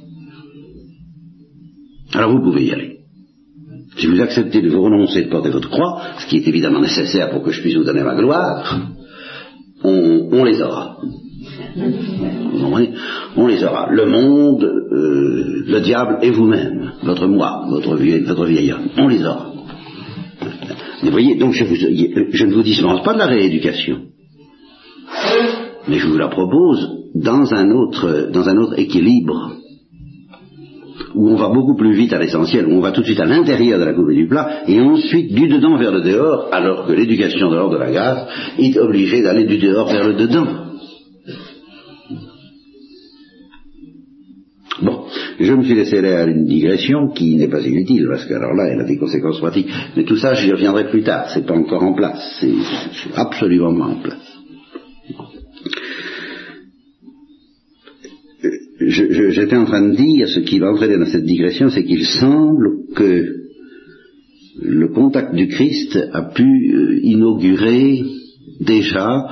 Alors vous pouvez y aller. Si vous acceptez de vous renoncer de porter votre croix, ce qui est évidemment nécessaire pour que je puisse vous donner ma gloire, on les aura. Vous comprenez ? On les aura. Le monde, le diable et vous-même, votre moi, votre vieil homme, on les aura. Mais voyez, donc je ne vous dispense pas de la rééducation, mais je vous la propose dans un autre équilibre, où on va beaucoup plus vite à l'essentiel, où on va tout de suite à l'intérieur de la coupe et du plat, et ensuite du dedans vers le dehors, alors que l'éducation de l'ordre de la grâce est obligée d'aller du dehors vers le dedans. Bon, je me suis laissé aller à une digression qui n'est pas inutile, parce que alors là, elle a des conséquences pratiques. Mais tout ça, j'y reviendrai plus tard, c'est pas encore en place, c'est absolument pas en place. J'étais en train de dire, ce qui va entraîner dans cette digression, c'est qu'il semble que le contact du Christ a pu inaugurer déjà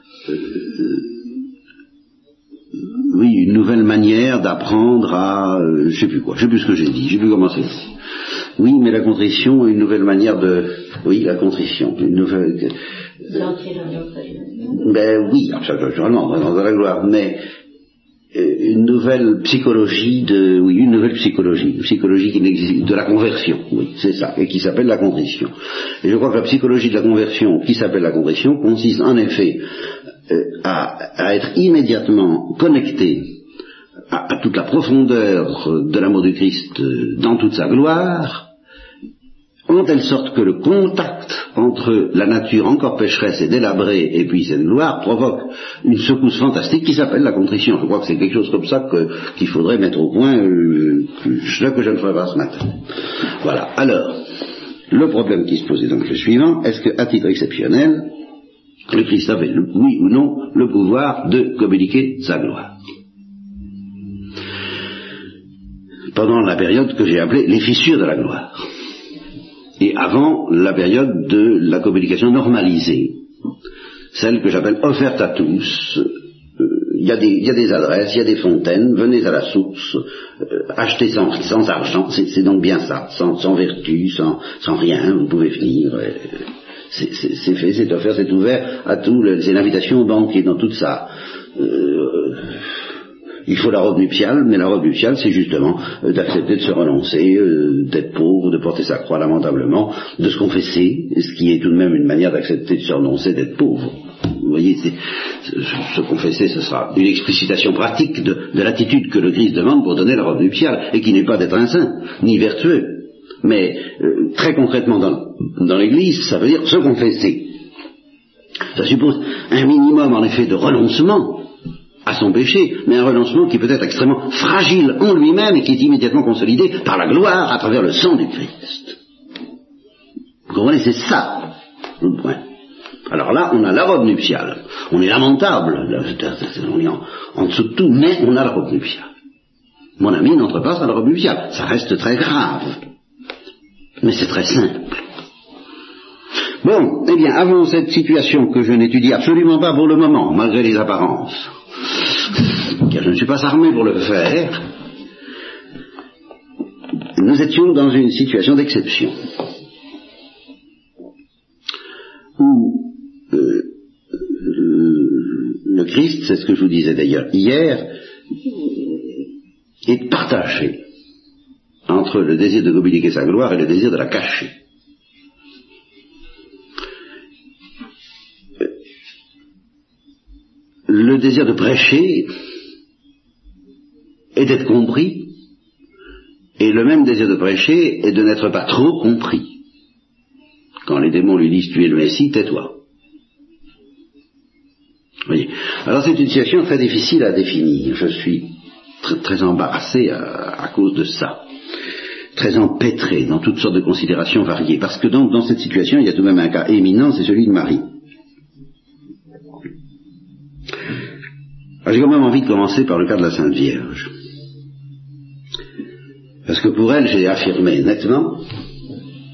une nouvelle manière d'apprendre à je sais plus ce que j'ai dit, je sais plus comment c'est dit. Oui, mais la contrition, une nouvelle manière de... Oui, la contrition, une nouvelle... L'entrée dans l'autre. Ben oui, absolument, dans la gloire, mais une nouvelle psychologie une psychologie qui n'existe, de la conversion, oui, c'est ça, et qui s'appelle la contrition. Et je crois que la psychologie de la conversion, qui s'appelle la contrition, consiste en effet à être immédiatement connecté à toute la profondeur de l'amour du Christ dans toute sa gloire, en telle sorte que le contact entre la nature encore pécheresse et délabrée et puis cette gloire provoque une secousse fantastique qui s'appelle la contrition. Je crois que c'est quelque chose comme ça qu'il faudrait mettre au point, ce que je ne ferai pas ce matin. Voilà. Alors, le problème qui se pose est donc le suivant: est-ce qu'à titre exceptionnel, le Christ avait, oui ou non, le pouvoir de communiquer sa gloire pendant la période que j'ai appelée les fissures de la gloire, et avant la période de la communication normalisée, celle que j'appelle offerte à tous. Il y a des adresses, il y a des fontaines, venez à la source, achetez sans argent, c'est donc bien ça, sans vertu, sans rien, vous pouvez venir, c'est fait, c'est offert, c'est ouvert à tous, c'est l'invitation au banquier dans toute ça. Il faut la robe nuptiale, mais la robe nuptiale, c'est justement d'accepter de se renoncer, d'être pauvre, de porter sa croix lamentablement, de se confesser, ce qui est tout de même une manière d'accepter de se renoncer, d'être pauvre. Vous voyez, se confesser, ce sera une explicitation pratique de l'attitude que le Christ demande pour donner la robe nuptiale, et qui n'est pas d'être un saint, ni vertueux. Mais très concrètement dans l'Église, ça veut dire se confesser. Ça suppose un minimum en effet de renoncement à son péché, mais un renoncement qui peut être extrêmement fragile en lui-même et qui est immédiatement consolidé par la gloire à travers le sang du Christ. Vous comprenez, c'est ça le point. Alors là, on a la robe nuptiale. On est lamentable, on est en dessous de tout, mais on a la robe nuptiale. Mon ami n'entre pas dans la robe nuptiale. Ça reste très grave, mais c'est très simple. Bon, eh bien, avant cette situation que je n'étudie absolument pas pour le moment, malgré les apparences, car je ne suis pas armé pour le faire, nous étions dans une situation d'exception, où le Christ, c'est ce que je vous disais d'ailleurs hier, est partagé entre le désir de communiquer sa gloire et le désir de la cacher. Le désir de prêcher et d'être compris, et le même désir de prêcher est de n'être pas trop compris. Quand les démons lui disent tu es le Messie, tais-toi. Vous voyez. Alors c'est une situation très difficile à définir. Je suis très embarrassé à cause de ça, très empêtré dans toutes sortes de considérations variées, parce que dans cette situation il y a tout de même un cas éminent, c'est celui de Marie. J'ai quand même envie de commencer par le cas de la Sainte Vierge. Parce que pour elle, j'ai affirmé nettement,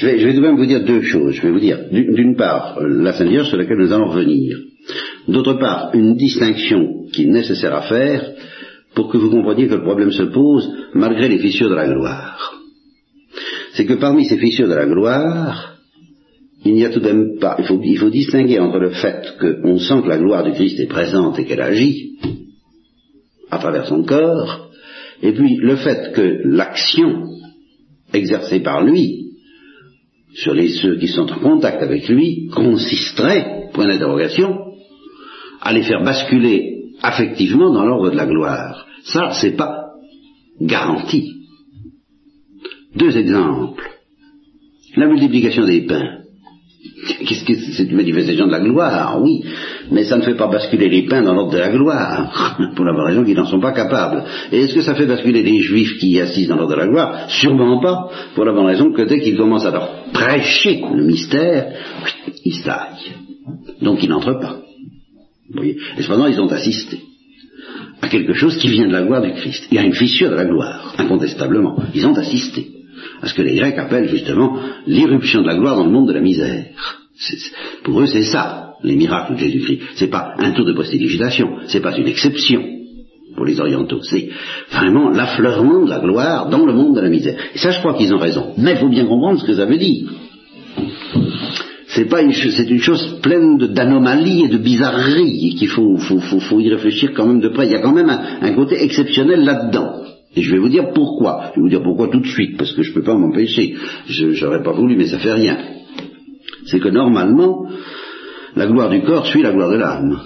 je vais tout de même vous dire deux choses. Je vais vous dire, d'une part, la Sainte Vierge sur laquelle nous allons revenir. D'autre part, une distinction qui est nécessaire à faire pour que vous compreniez que le problème se pose malgré les fissures de la gloire. C'est que parmi ces fissures de la gloire, il n'y a tout de même pas, il faut distinguer entre le fait qu'on sent que la gloire du Christ est présente et qu'elle agit à travers son corps, et puis le fait que l'action exercée par lui sur ceux qui sont en contact avec lui consisterait, point d'interrogation, à les faire basculer affectivement dans l'ordre de la gloire. Ça, c'est pas garanti. Deux exemples. La multiplication des pains. Qu'est-ce que c'est une manifestation de la gloire? Oui, mais ça ne fait pas basculer les pains dans l'ordre de la gloire, pour la bonne raison qu'ils n'en sont pas capables. Et est-ce que ça fait basculer les Juifs qui y assistent dans l'ordre de la gloire? Sûrement pas, pour la bonne raison que dès qu'ils commencent à leur prêcher le mystère, ils se taillent. Donc ils n'entrent pas. Vous voyez? Et cependant, ils ont assisté à quelque chose qui vient de la gloire du Christ. Il y a une fissure de la gloire, incontestablement. Ils ont assisté à ce que les Grecs appellent justement l'irruption de la gloire dans le monde de la misère. Pour eux, c'est ça, les miracles de Jésus-Christ. C'est pas un tour de prestidigitation, c'est pas une exception pour les orientaux, c'est vraiment l'affleurement de la gloire dans le monde de la misère. Et ça, je crois qu'ils ont raison. Mais il faut bien comprendre ce que ça veut dire. C'est une chose pleine d'anomalies et de bizarreries, et qu'il faut y réfléchir quand même de près. Il y a quand même un côté exceptionnel là-dedans. Et je vais vous dire pourquoi. Je vais vous dire pourquoi tout de suite, parce que je ne peux pas m'empêcher. J'aurais pas voulu, mais ça fait rien. C'est que normalement, la gloire du corps suit la gloire de l'âme.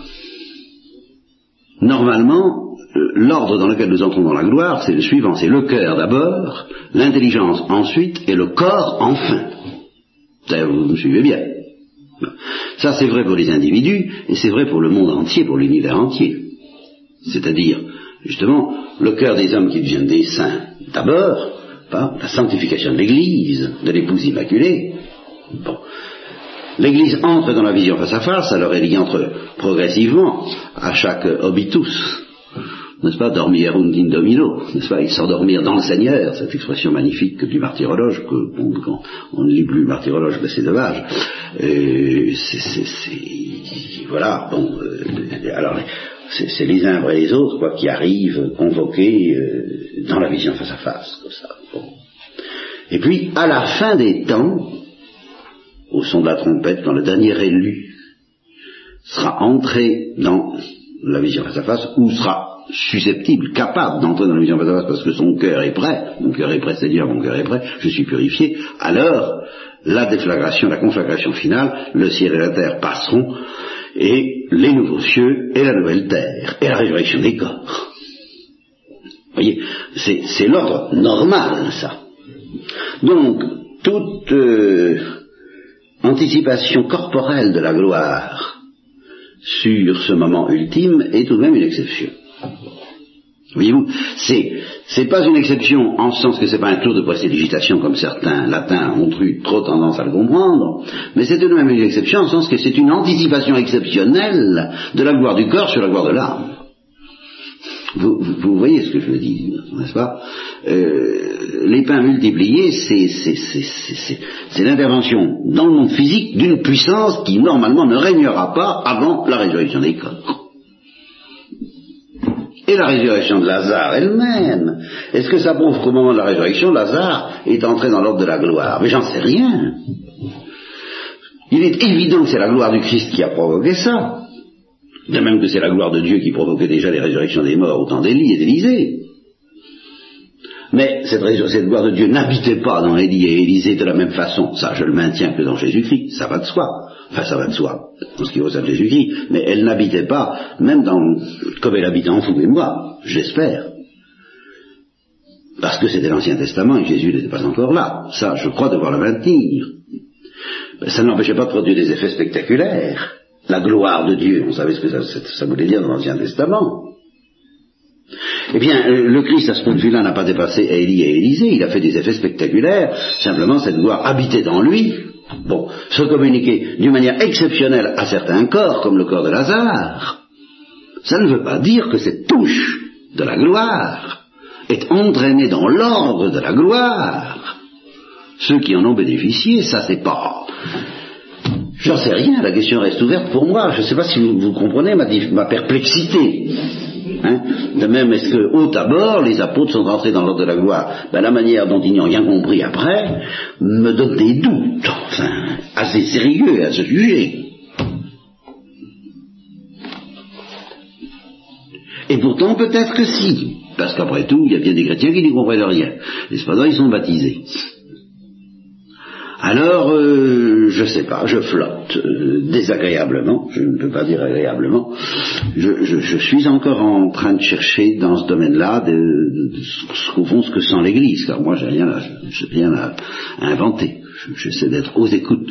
Normalement, l'ordre dans lequel nous entrons dans la gloire, c'est le suivant. C'est le cœur d'abord, l'intelligence ensuite, et le corps enfin. Ça, vous me suivez bien. Ça, c'est vrai pour les individus, et c'est vrai pour le monde entier, pour l'univers entier. C'est-à-dire, justement, le cœur des hommes qui deviennent des saints, d'abord, par la sanctification de l'Église, de l'épouse immaculée. Bon. L'Église entre dans la vision face à face, alors elle y entre progressivement, à chaque obitus, n'est-ce pas, dormirum in domino, n'est-ce pas, s'endormir dans le Seigneur, cette expression magnifique du martyrologe, quand on ne lit plus le martyrologe, ben c'est dommage. Voilà, bon, alors, c'est les uns après les autres, quoi, qui arrivent convoqués dans la vision face à face, comme ça. Bon. Et puis, à la fin des temps, au son de la trompette, quand le dernier élu sera entré dans la vision face à face, ou sera susceptible, capable d'entrer dans la vision face à face parce que son cœur est prêt, mon cœur est prêt, c'est-à-dire mon cœur est prêt, je suis purifié, alors la déflagration, la conflagration finale, le ciel et la terre passeront, et les nouveaux cieux et la nouvelle terre, et la résurrection des corps. Vous voyez, c'est l'ordre normal, ça. Donc, toute anticipation corporelle de la gloire sur ce moment ultime est tout de même une exception. Voyez-vous, c'est pas une exception en ce sens que c'est pas un tour de prestidigitation comme certains latins ont eu trop tendance à le comprendre, mais c'est tout de même une exception en ce sens que c'est une anticipation exceptionnelle de la gloire du corps sur la gloire de l'âme. Vous voyez ce que je veux dire, n'est-ce pas? Les pains multipliés, c'est l'intervention dans le monde physique d'une puissance qui normalement ne régnera pas avant la résurrection des corps. Et la résurrection de Lazare elle-même, est-ce que ça prouve qu'au moment de la résurrection, Lazare est entré dans l'ordre de la gloire? Mais j'en sais rien. Il est évident que c'est la gloire du Christ qui a provoqué ça. De même que c'est la gloire de Dieu qui provoquait déjà les résurrections des morts au temps d'Élie et d'Élisée. Mais cette gloire de Dieu n'habitait pas dans Élie et Élisée de la même façon. Ça, je le maintiens que dans Jésus-Christ. Ça va de soi. Enfin, ça va de soi, en ce qui concerne Jésus-Christ. Mais elle n'habitait pas, même comme elle habitait en vous et moi, j'espère. Parce que c'était l'Ancien Testament et que Jésus n'était pas encore là. Ça, je crois devoir le maintenir. Ça n'empêchait pas de produire des effets spectaculaires. La gloire de Dieu, on savait ce que ça voulait dire dans l'Ancien Testament. Eh bien, le Christ, à ce point de vue-là, n'a pas dépassé Élie et Élisée, il a fait des effets spectaculaires, simplement cette gloire habitait dans lui, bon, se communiquer d'une manière exceptionnelle à certains corps, comme le corps de Lazare. Ça ne veut pas dire que cette touche de la gloire est entraînée dans l'ordre de la gloire Ceux qui en ont bénéficié, ça c'est pas... J'en sais rien, la question reste ouverte pour moi. Je ne sais pas si vous comprenez ma perplexité. Hein? De même, est-ce que, haut d'abord, les apôtres sont entrés dans l'ordre de la gloire? La manière dont ils n'y ont rien compris après me donne des doutes, enfin, assez sérieux à ce sujet. Et pourtant, peut-être que si, parce qu'après tout, il y a bien des chrétiens qui n'y comprennent rien. Et cependant, ils sont baptisés. Alors, je sais pas, je flotte désagréablement, je ne peux pas dire agréablement, je suis encore en train de chercher dans ce domaine-là au fond ce que sent l'Église, car moi j'ai rien à inventer, j'essaie d'être aux écoutes.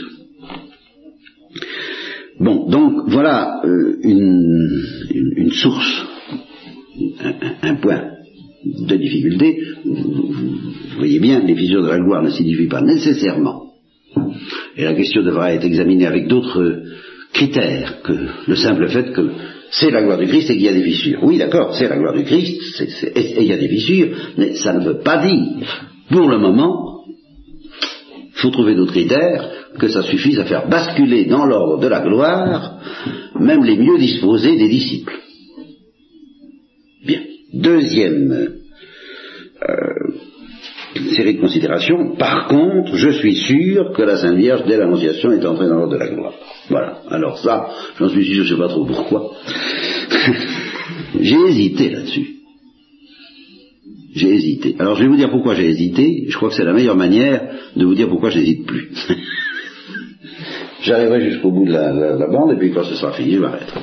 Bon, donc voilà une source, un point de difficulté. Vous voyez bien, les fissures de la gloire ne signifient pas nécessairement, et la question devra être examinée avec d'autres critères que le simple fait que c'est la gloire du Christ et qu'il y a des fissures. Oui, d'accord, c'est la gloire du Christ et il y a des fissures, mais ça ne veut pas dire, pour le moment, il faut trouver d'autres critères, que ça suffise à faire basculer dans l'ordre de la gloire même les mieux disposés des disciples. Bien. Deuxième série de considérations. Par contre, je suis sûr que la Sainte Vierge, dès l'Annonciation, est entrée dans l'ordre de la gloire. Voilà. Alors ça, j'en suis sûr, je ne sais pas trop pourquoi. J'ai hésité là-dessus. J'ai hésité. Alors je vais vous dire pourquoi j'ai hésité. Je crois que c'est la meilleure manière de vous dire pourquoi je n'hésite plus. J'arriverai jusqu'au bout de la bande, et puis quand ce sera fini, je m'arrêterai.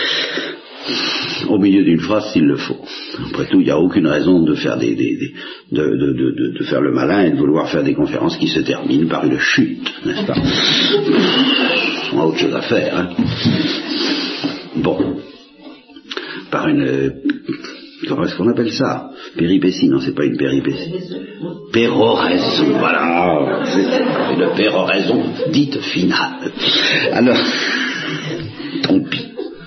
Au milieu d'une phrase s'il le faut. Après tout, il n'y a aucune raison de faire de faire le malin et de vouloir faire des conférences qui se terminent par une chute, n'est-ce pas? On a autre chose à faire, hein. Bon. Par une... Comment est-ce qu'on appelle ça? Péripétie, non, c'est pas une péripétie. Péroraison, voilà. C'est une péroraison dite finale. Alors, tant pis.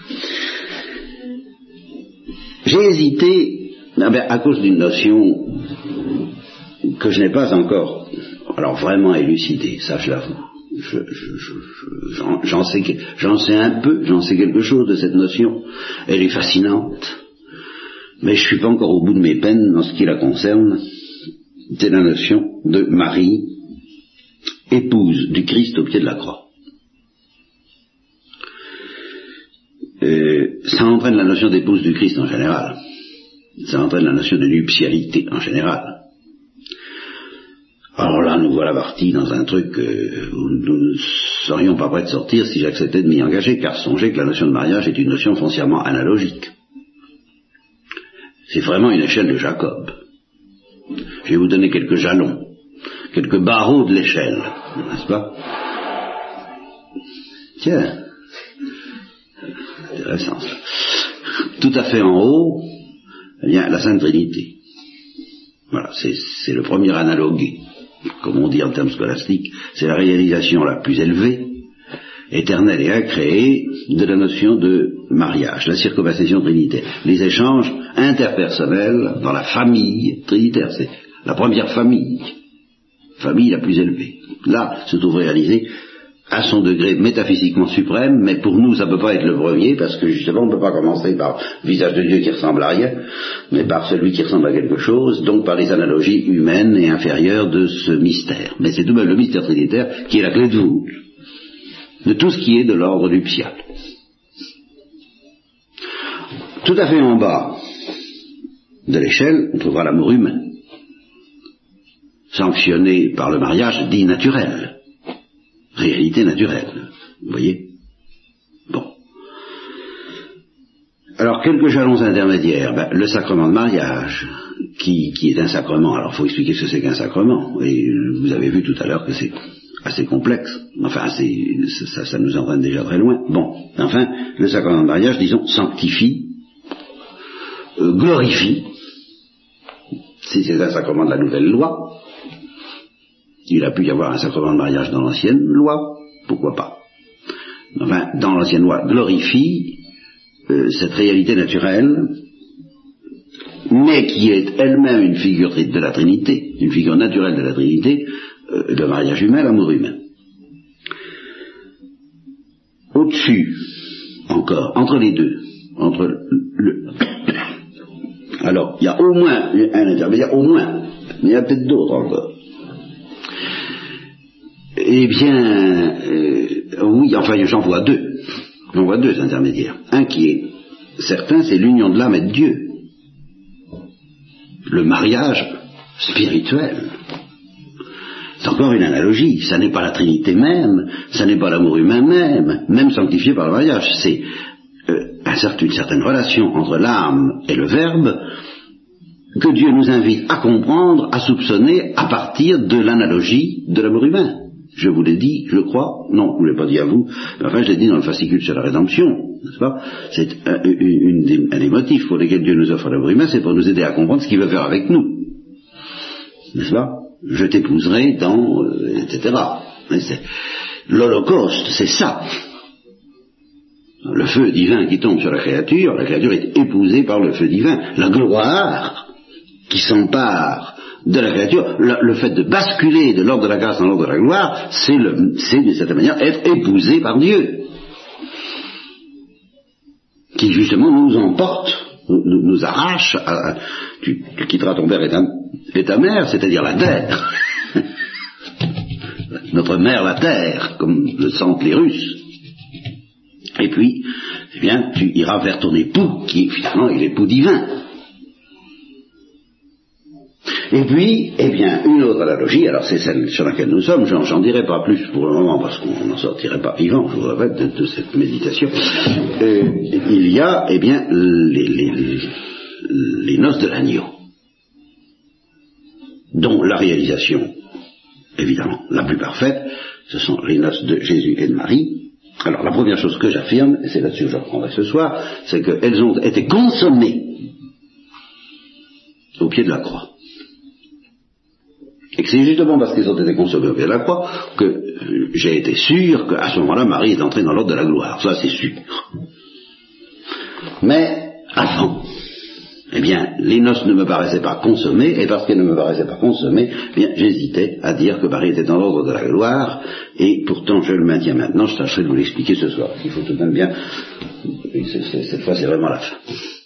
J'ai hésité, à cause d'une notion que je n'ai pas encore, alors vraiment élucidée, ça je l'avoue. J'en sais un peu, j'en sais quelque chose de cette notion. Elle est fascinante, mais je ne suis pas encore au bout de mes peines en ce qui la concerne. C'est la notion de Marie, épouse du Christ au pied de la croix. Ça entraîne la notion d'épouse du Christ en général. Ça entraîne la notion de nuptialité en général. Alors là, nous voilà partis dans un truc où nous ne serions pas prêts de sortir si j'acceptais de m'y engager, car songez que la notion de mariage est une notion foncièrement analogique. C'est vraiment une échelle de Jacob. Je vais vous donner quelques jalons, quelques barreaux de l'échelle, n'est-ce pas? Tiens, intéressant ça. Tout à fait en haut, il y a la Sainte Trinité. Voilà, c'est le premier analogue, comme on dit en termes scolastiques, c'est la réalisation la plus élevée, éternelle et incréée, de la notion de mariage, la circumcision trinitaire. Les échanges interpersonnels dans la famille trinitaire, c'est la première famille la plus élevée. Là, se trouve réalisé à son degré métaphysiquement suprême, mais pour nous ça ne peut pas être le premier, parce que justement on ne peut pas commencer par le visage de Dieu qui ressemble à rien, mais par celui qui ressemble à quelque chose, donc par les analogies humaines et inférieures de ce mystère. Mais c'est tout de même le mystère trinitaire qui est la clé de voûte de tout ce qui est de l'ordre nuptial. Tout à fait en bas de l'échelle, on trouvera l'amour humain, sanctionné par le mariage dit naturel. Réalité naturelle, vous voyez? Bon. Alors, quelques jalons intermédiaires. Le sacrement de mariage, qui est un sacrement. Alors, il faut expliquer ce que c'est qu'un sacrement. Et vous avez vu tout à l'heure que c'est assez complexe. Enfin, ça nous entraîne déjà très loin. Bon, enfin, le sacrement de mariage, disons, sanctifie, glorifie. Si c'est un sacrement de la nouvelle loi, il a pu y avoir un sacrement de mariage dans l'ancienne loi, pourquoi pas? Enfin, dans l'ancienne loi, glorifie cette réalité naturelle, mais qui est elle-même une figure de la Trinité, une figure naturelle de la Trinité, le mariage humain, l'amour humain. Au-dessus, encore, entre les deux, alors, il y a au moins un intermédiaire, au moins, mais il y a peut-être d'autres encore. Eh bien, oui, enfin, j'en vois deux. J'en vois deux intermédiaires. Un qui est certain, c'est l'union de l'âme et de Dieu. Le mariage spirituel. C'est encore une analogie. Ça n'est pas la Trinité même, ça n'est pas l'amour humain même sanctifié par le mariage. C'est une certaine relation entre l'âme et le Verbe que Dieu nous invite à comprendre, à soupçonner à partir de l'analogie de l'amour humain. Je vous l'ai dit, je crois, non, je ne l'ai pas dit à vous, mais enfin je l'ai dit dans le fascicule sur la rédemption, n'est-ce pas? C'est un des motifs pour lesquels Dieu nous offre l'amour humain, c'est pour nous aider à comprendre ce qu'il veut faire avec nous, n'est-ce pas? Je t'épouserai dans, etc. L'Holocauste, c'est ça. Le feu divin qui tombe sur la créature est épousée par le feu divin. La gloire qui s'empare de la créature, le fait de basculer de l'ordre de la grâce dans l'ordre de la gloire, c'est d'une certaine manière être épousé par Dieu, qui justement nous emporte, nous arrache, tu quitteras ton père et ta mère, c'est-à-dire la terre, notre mère la terre, comme le sentent les Russes, et puis, eh bien, tu iras vers ton époux, qui finalement est l'époux divin. Et puis, eh bien, une autre analogie, alors c'est celle sur laquelle nous sommes, j'en dirai pas plus pour le moment, parce qu'on n'en sortirait pas vivant, je vous le répète, de cette méditation. Il y a, eh bien, les noces de l'agneau, dont la réalisation, évidemment, la plus parfaite, ce sont les noces de Jésus et de Marie. Alors, la première chose que j'affirme, et c'est là-dessus que je reprendrai ce soir, c'est qu'elles ont été consommées au pied de la croix. Et que c'est justement parce qu'elles ont été consommées au pied de la croix que j'ai été sûr qu'à ce moment-là, Marie est entrée dans l'ordre de la gloire. Ça, c'est sûr. Mais, avant, eh bien, les noces ne me paraissaient pas consommées, et parce qu'elles ne me paraissaient pas consommées, eh bien, j'hésitais à dire que Marie était dans l'ordre de la gloire, et pourtant je le maintiens maintenant, je tâcherai de vous l'expliquer ce soir. Il faut tout de même bien, cette fois c'est vraiment la fin.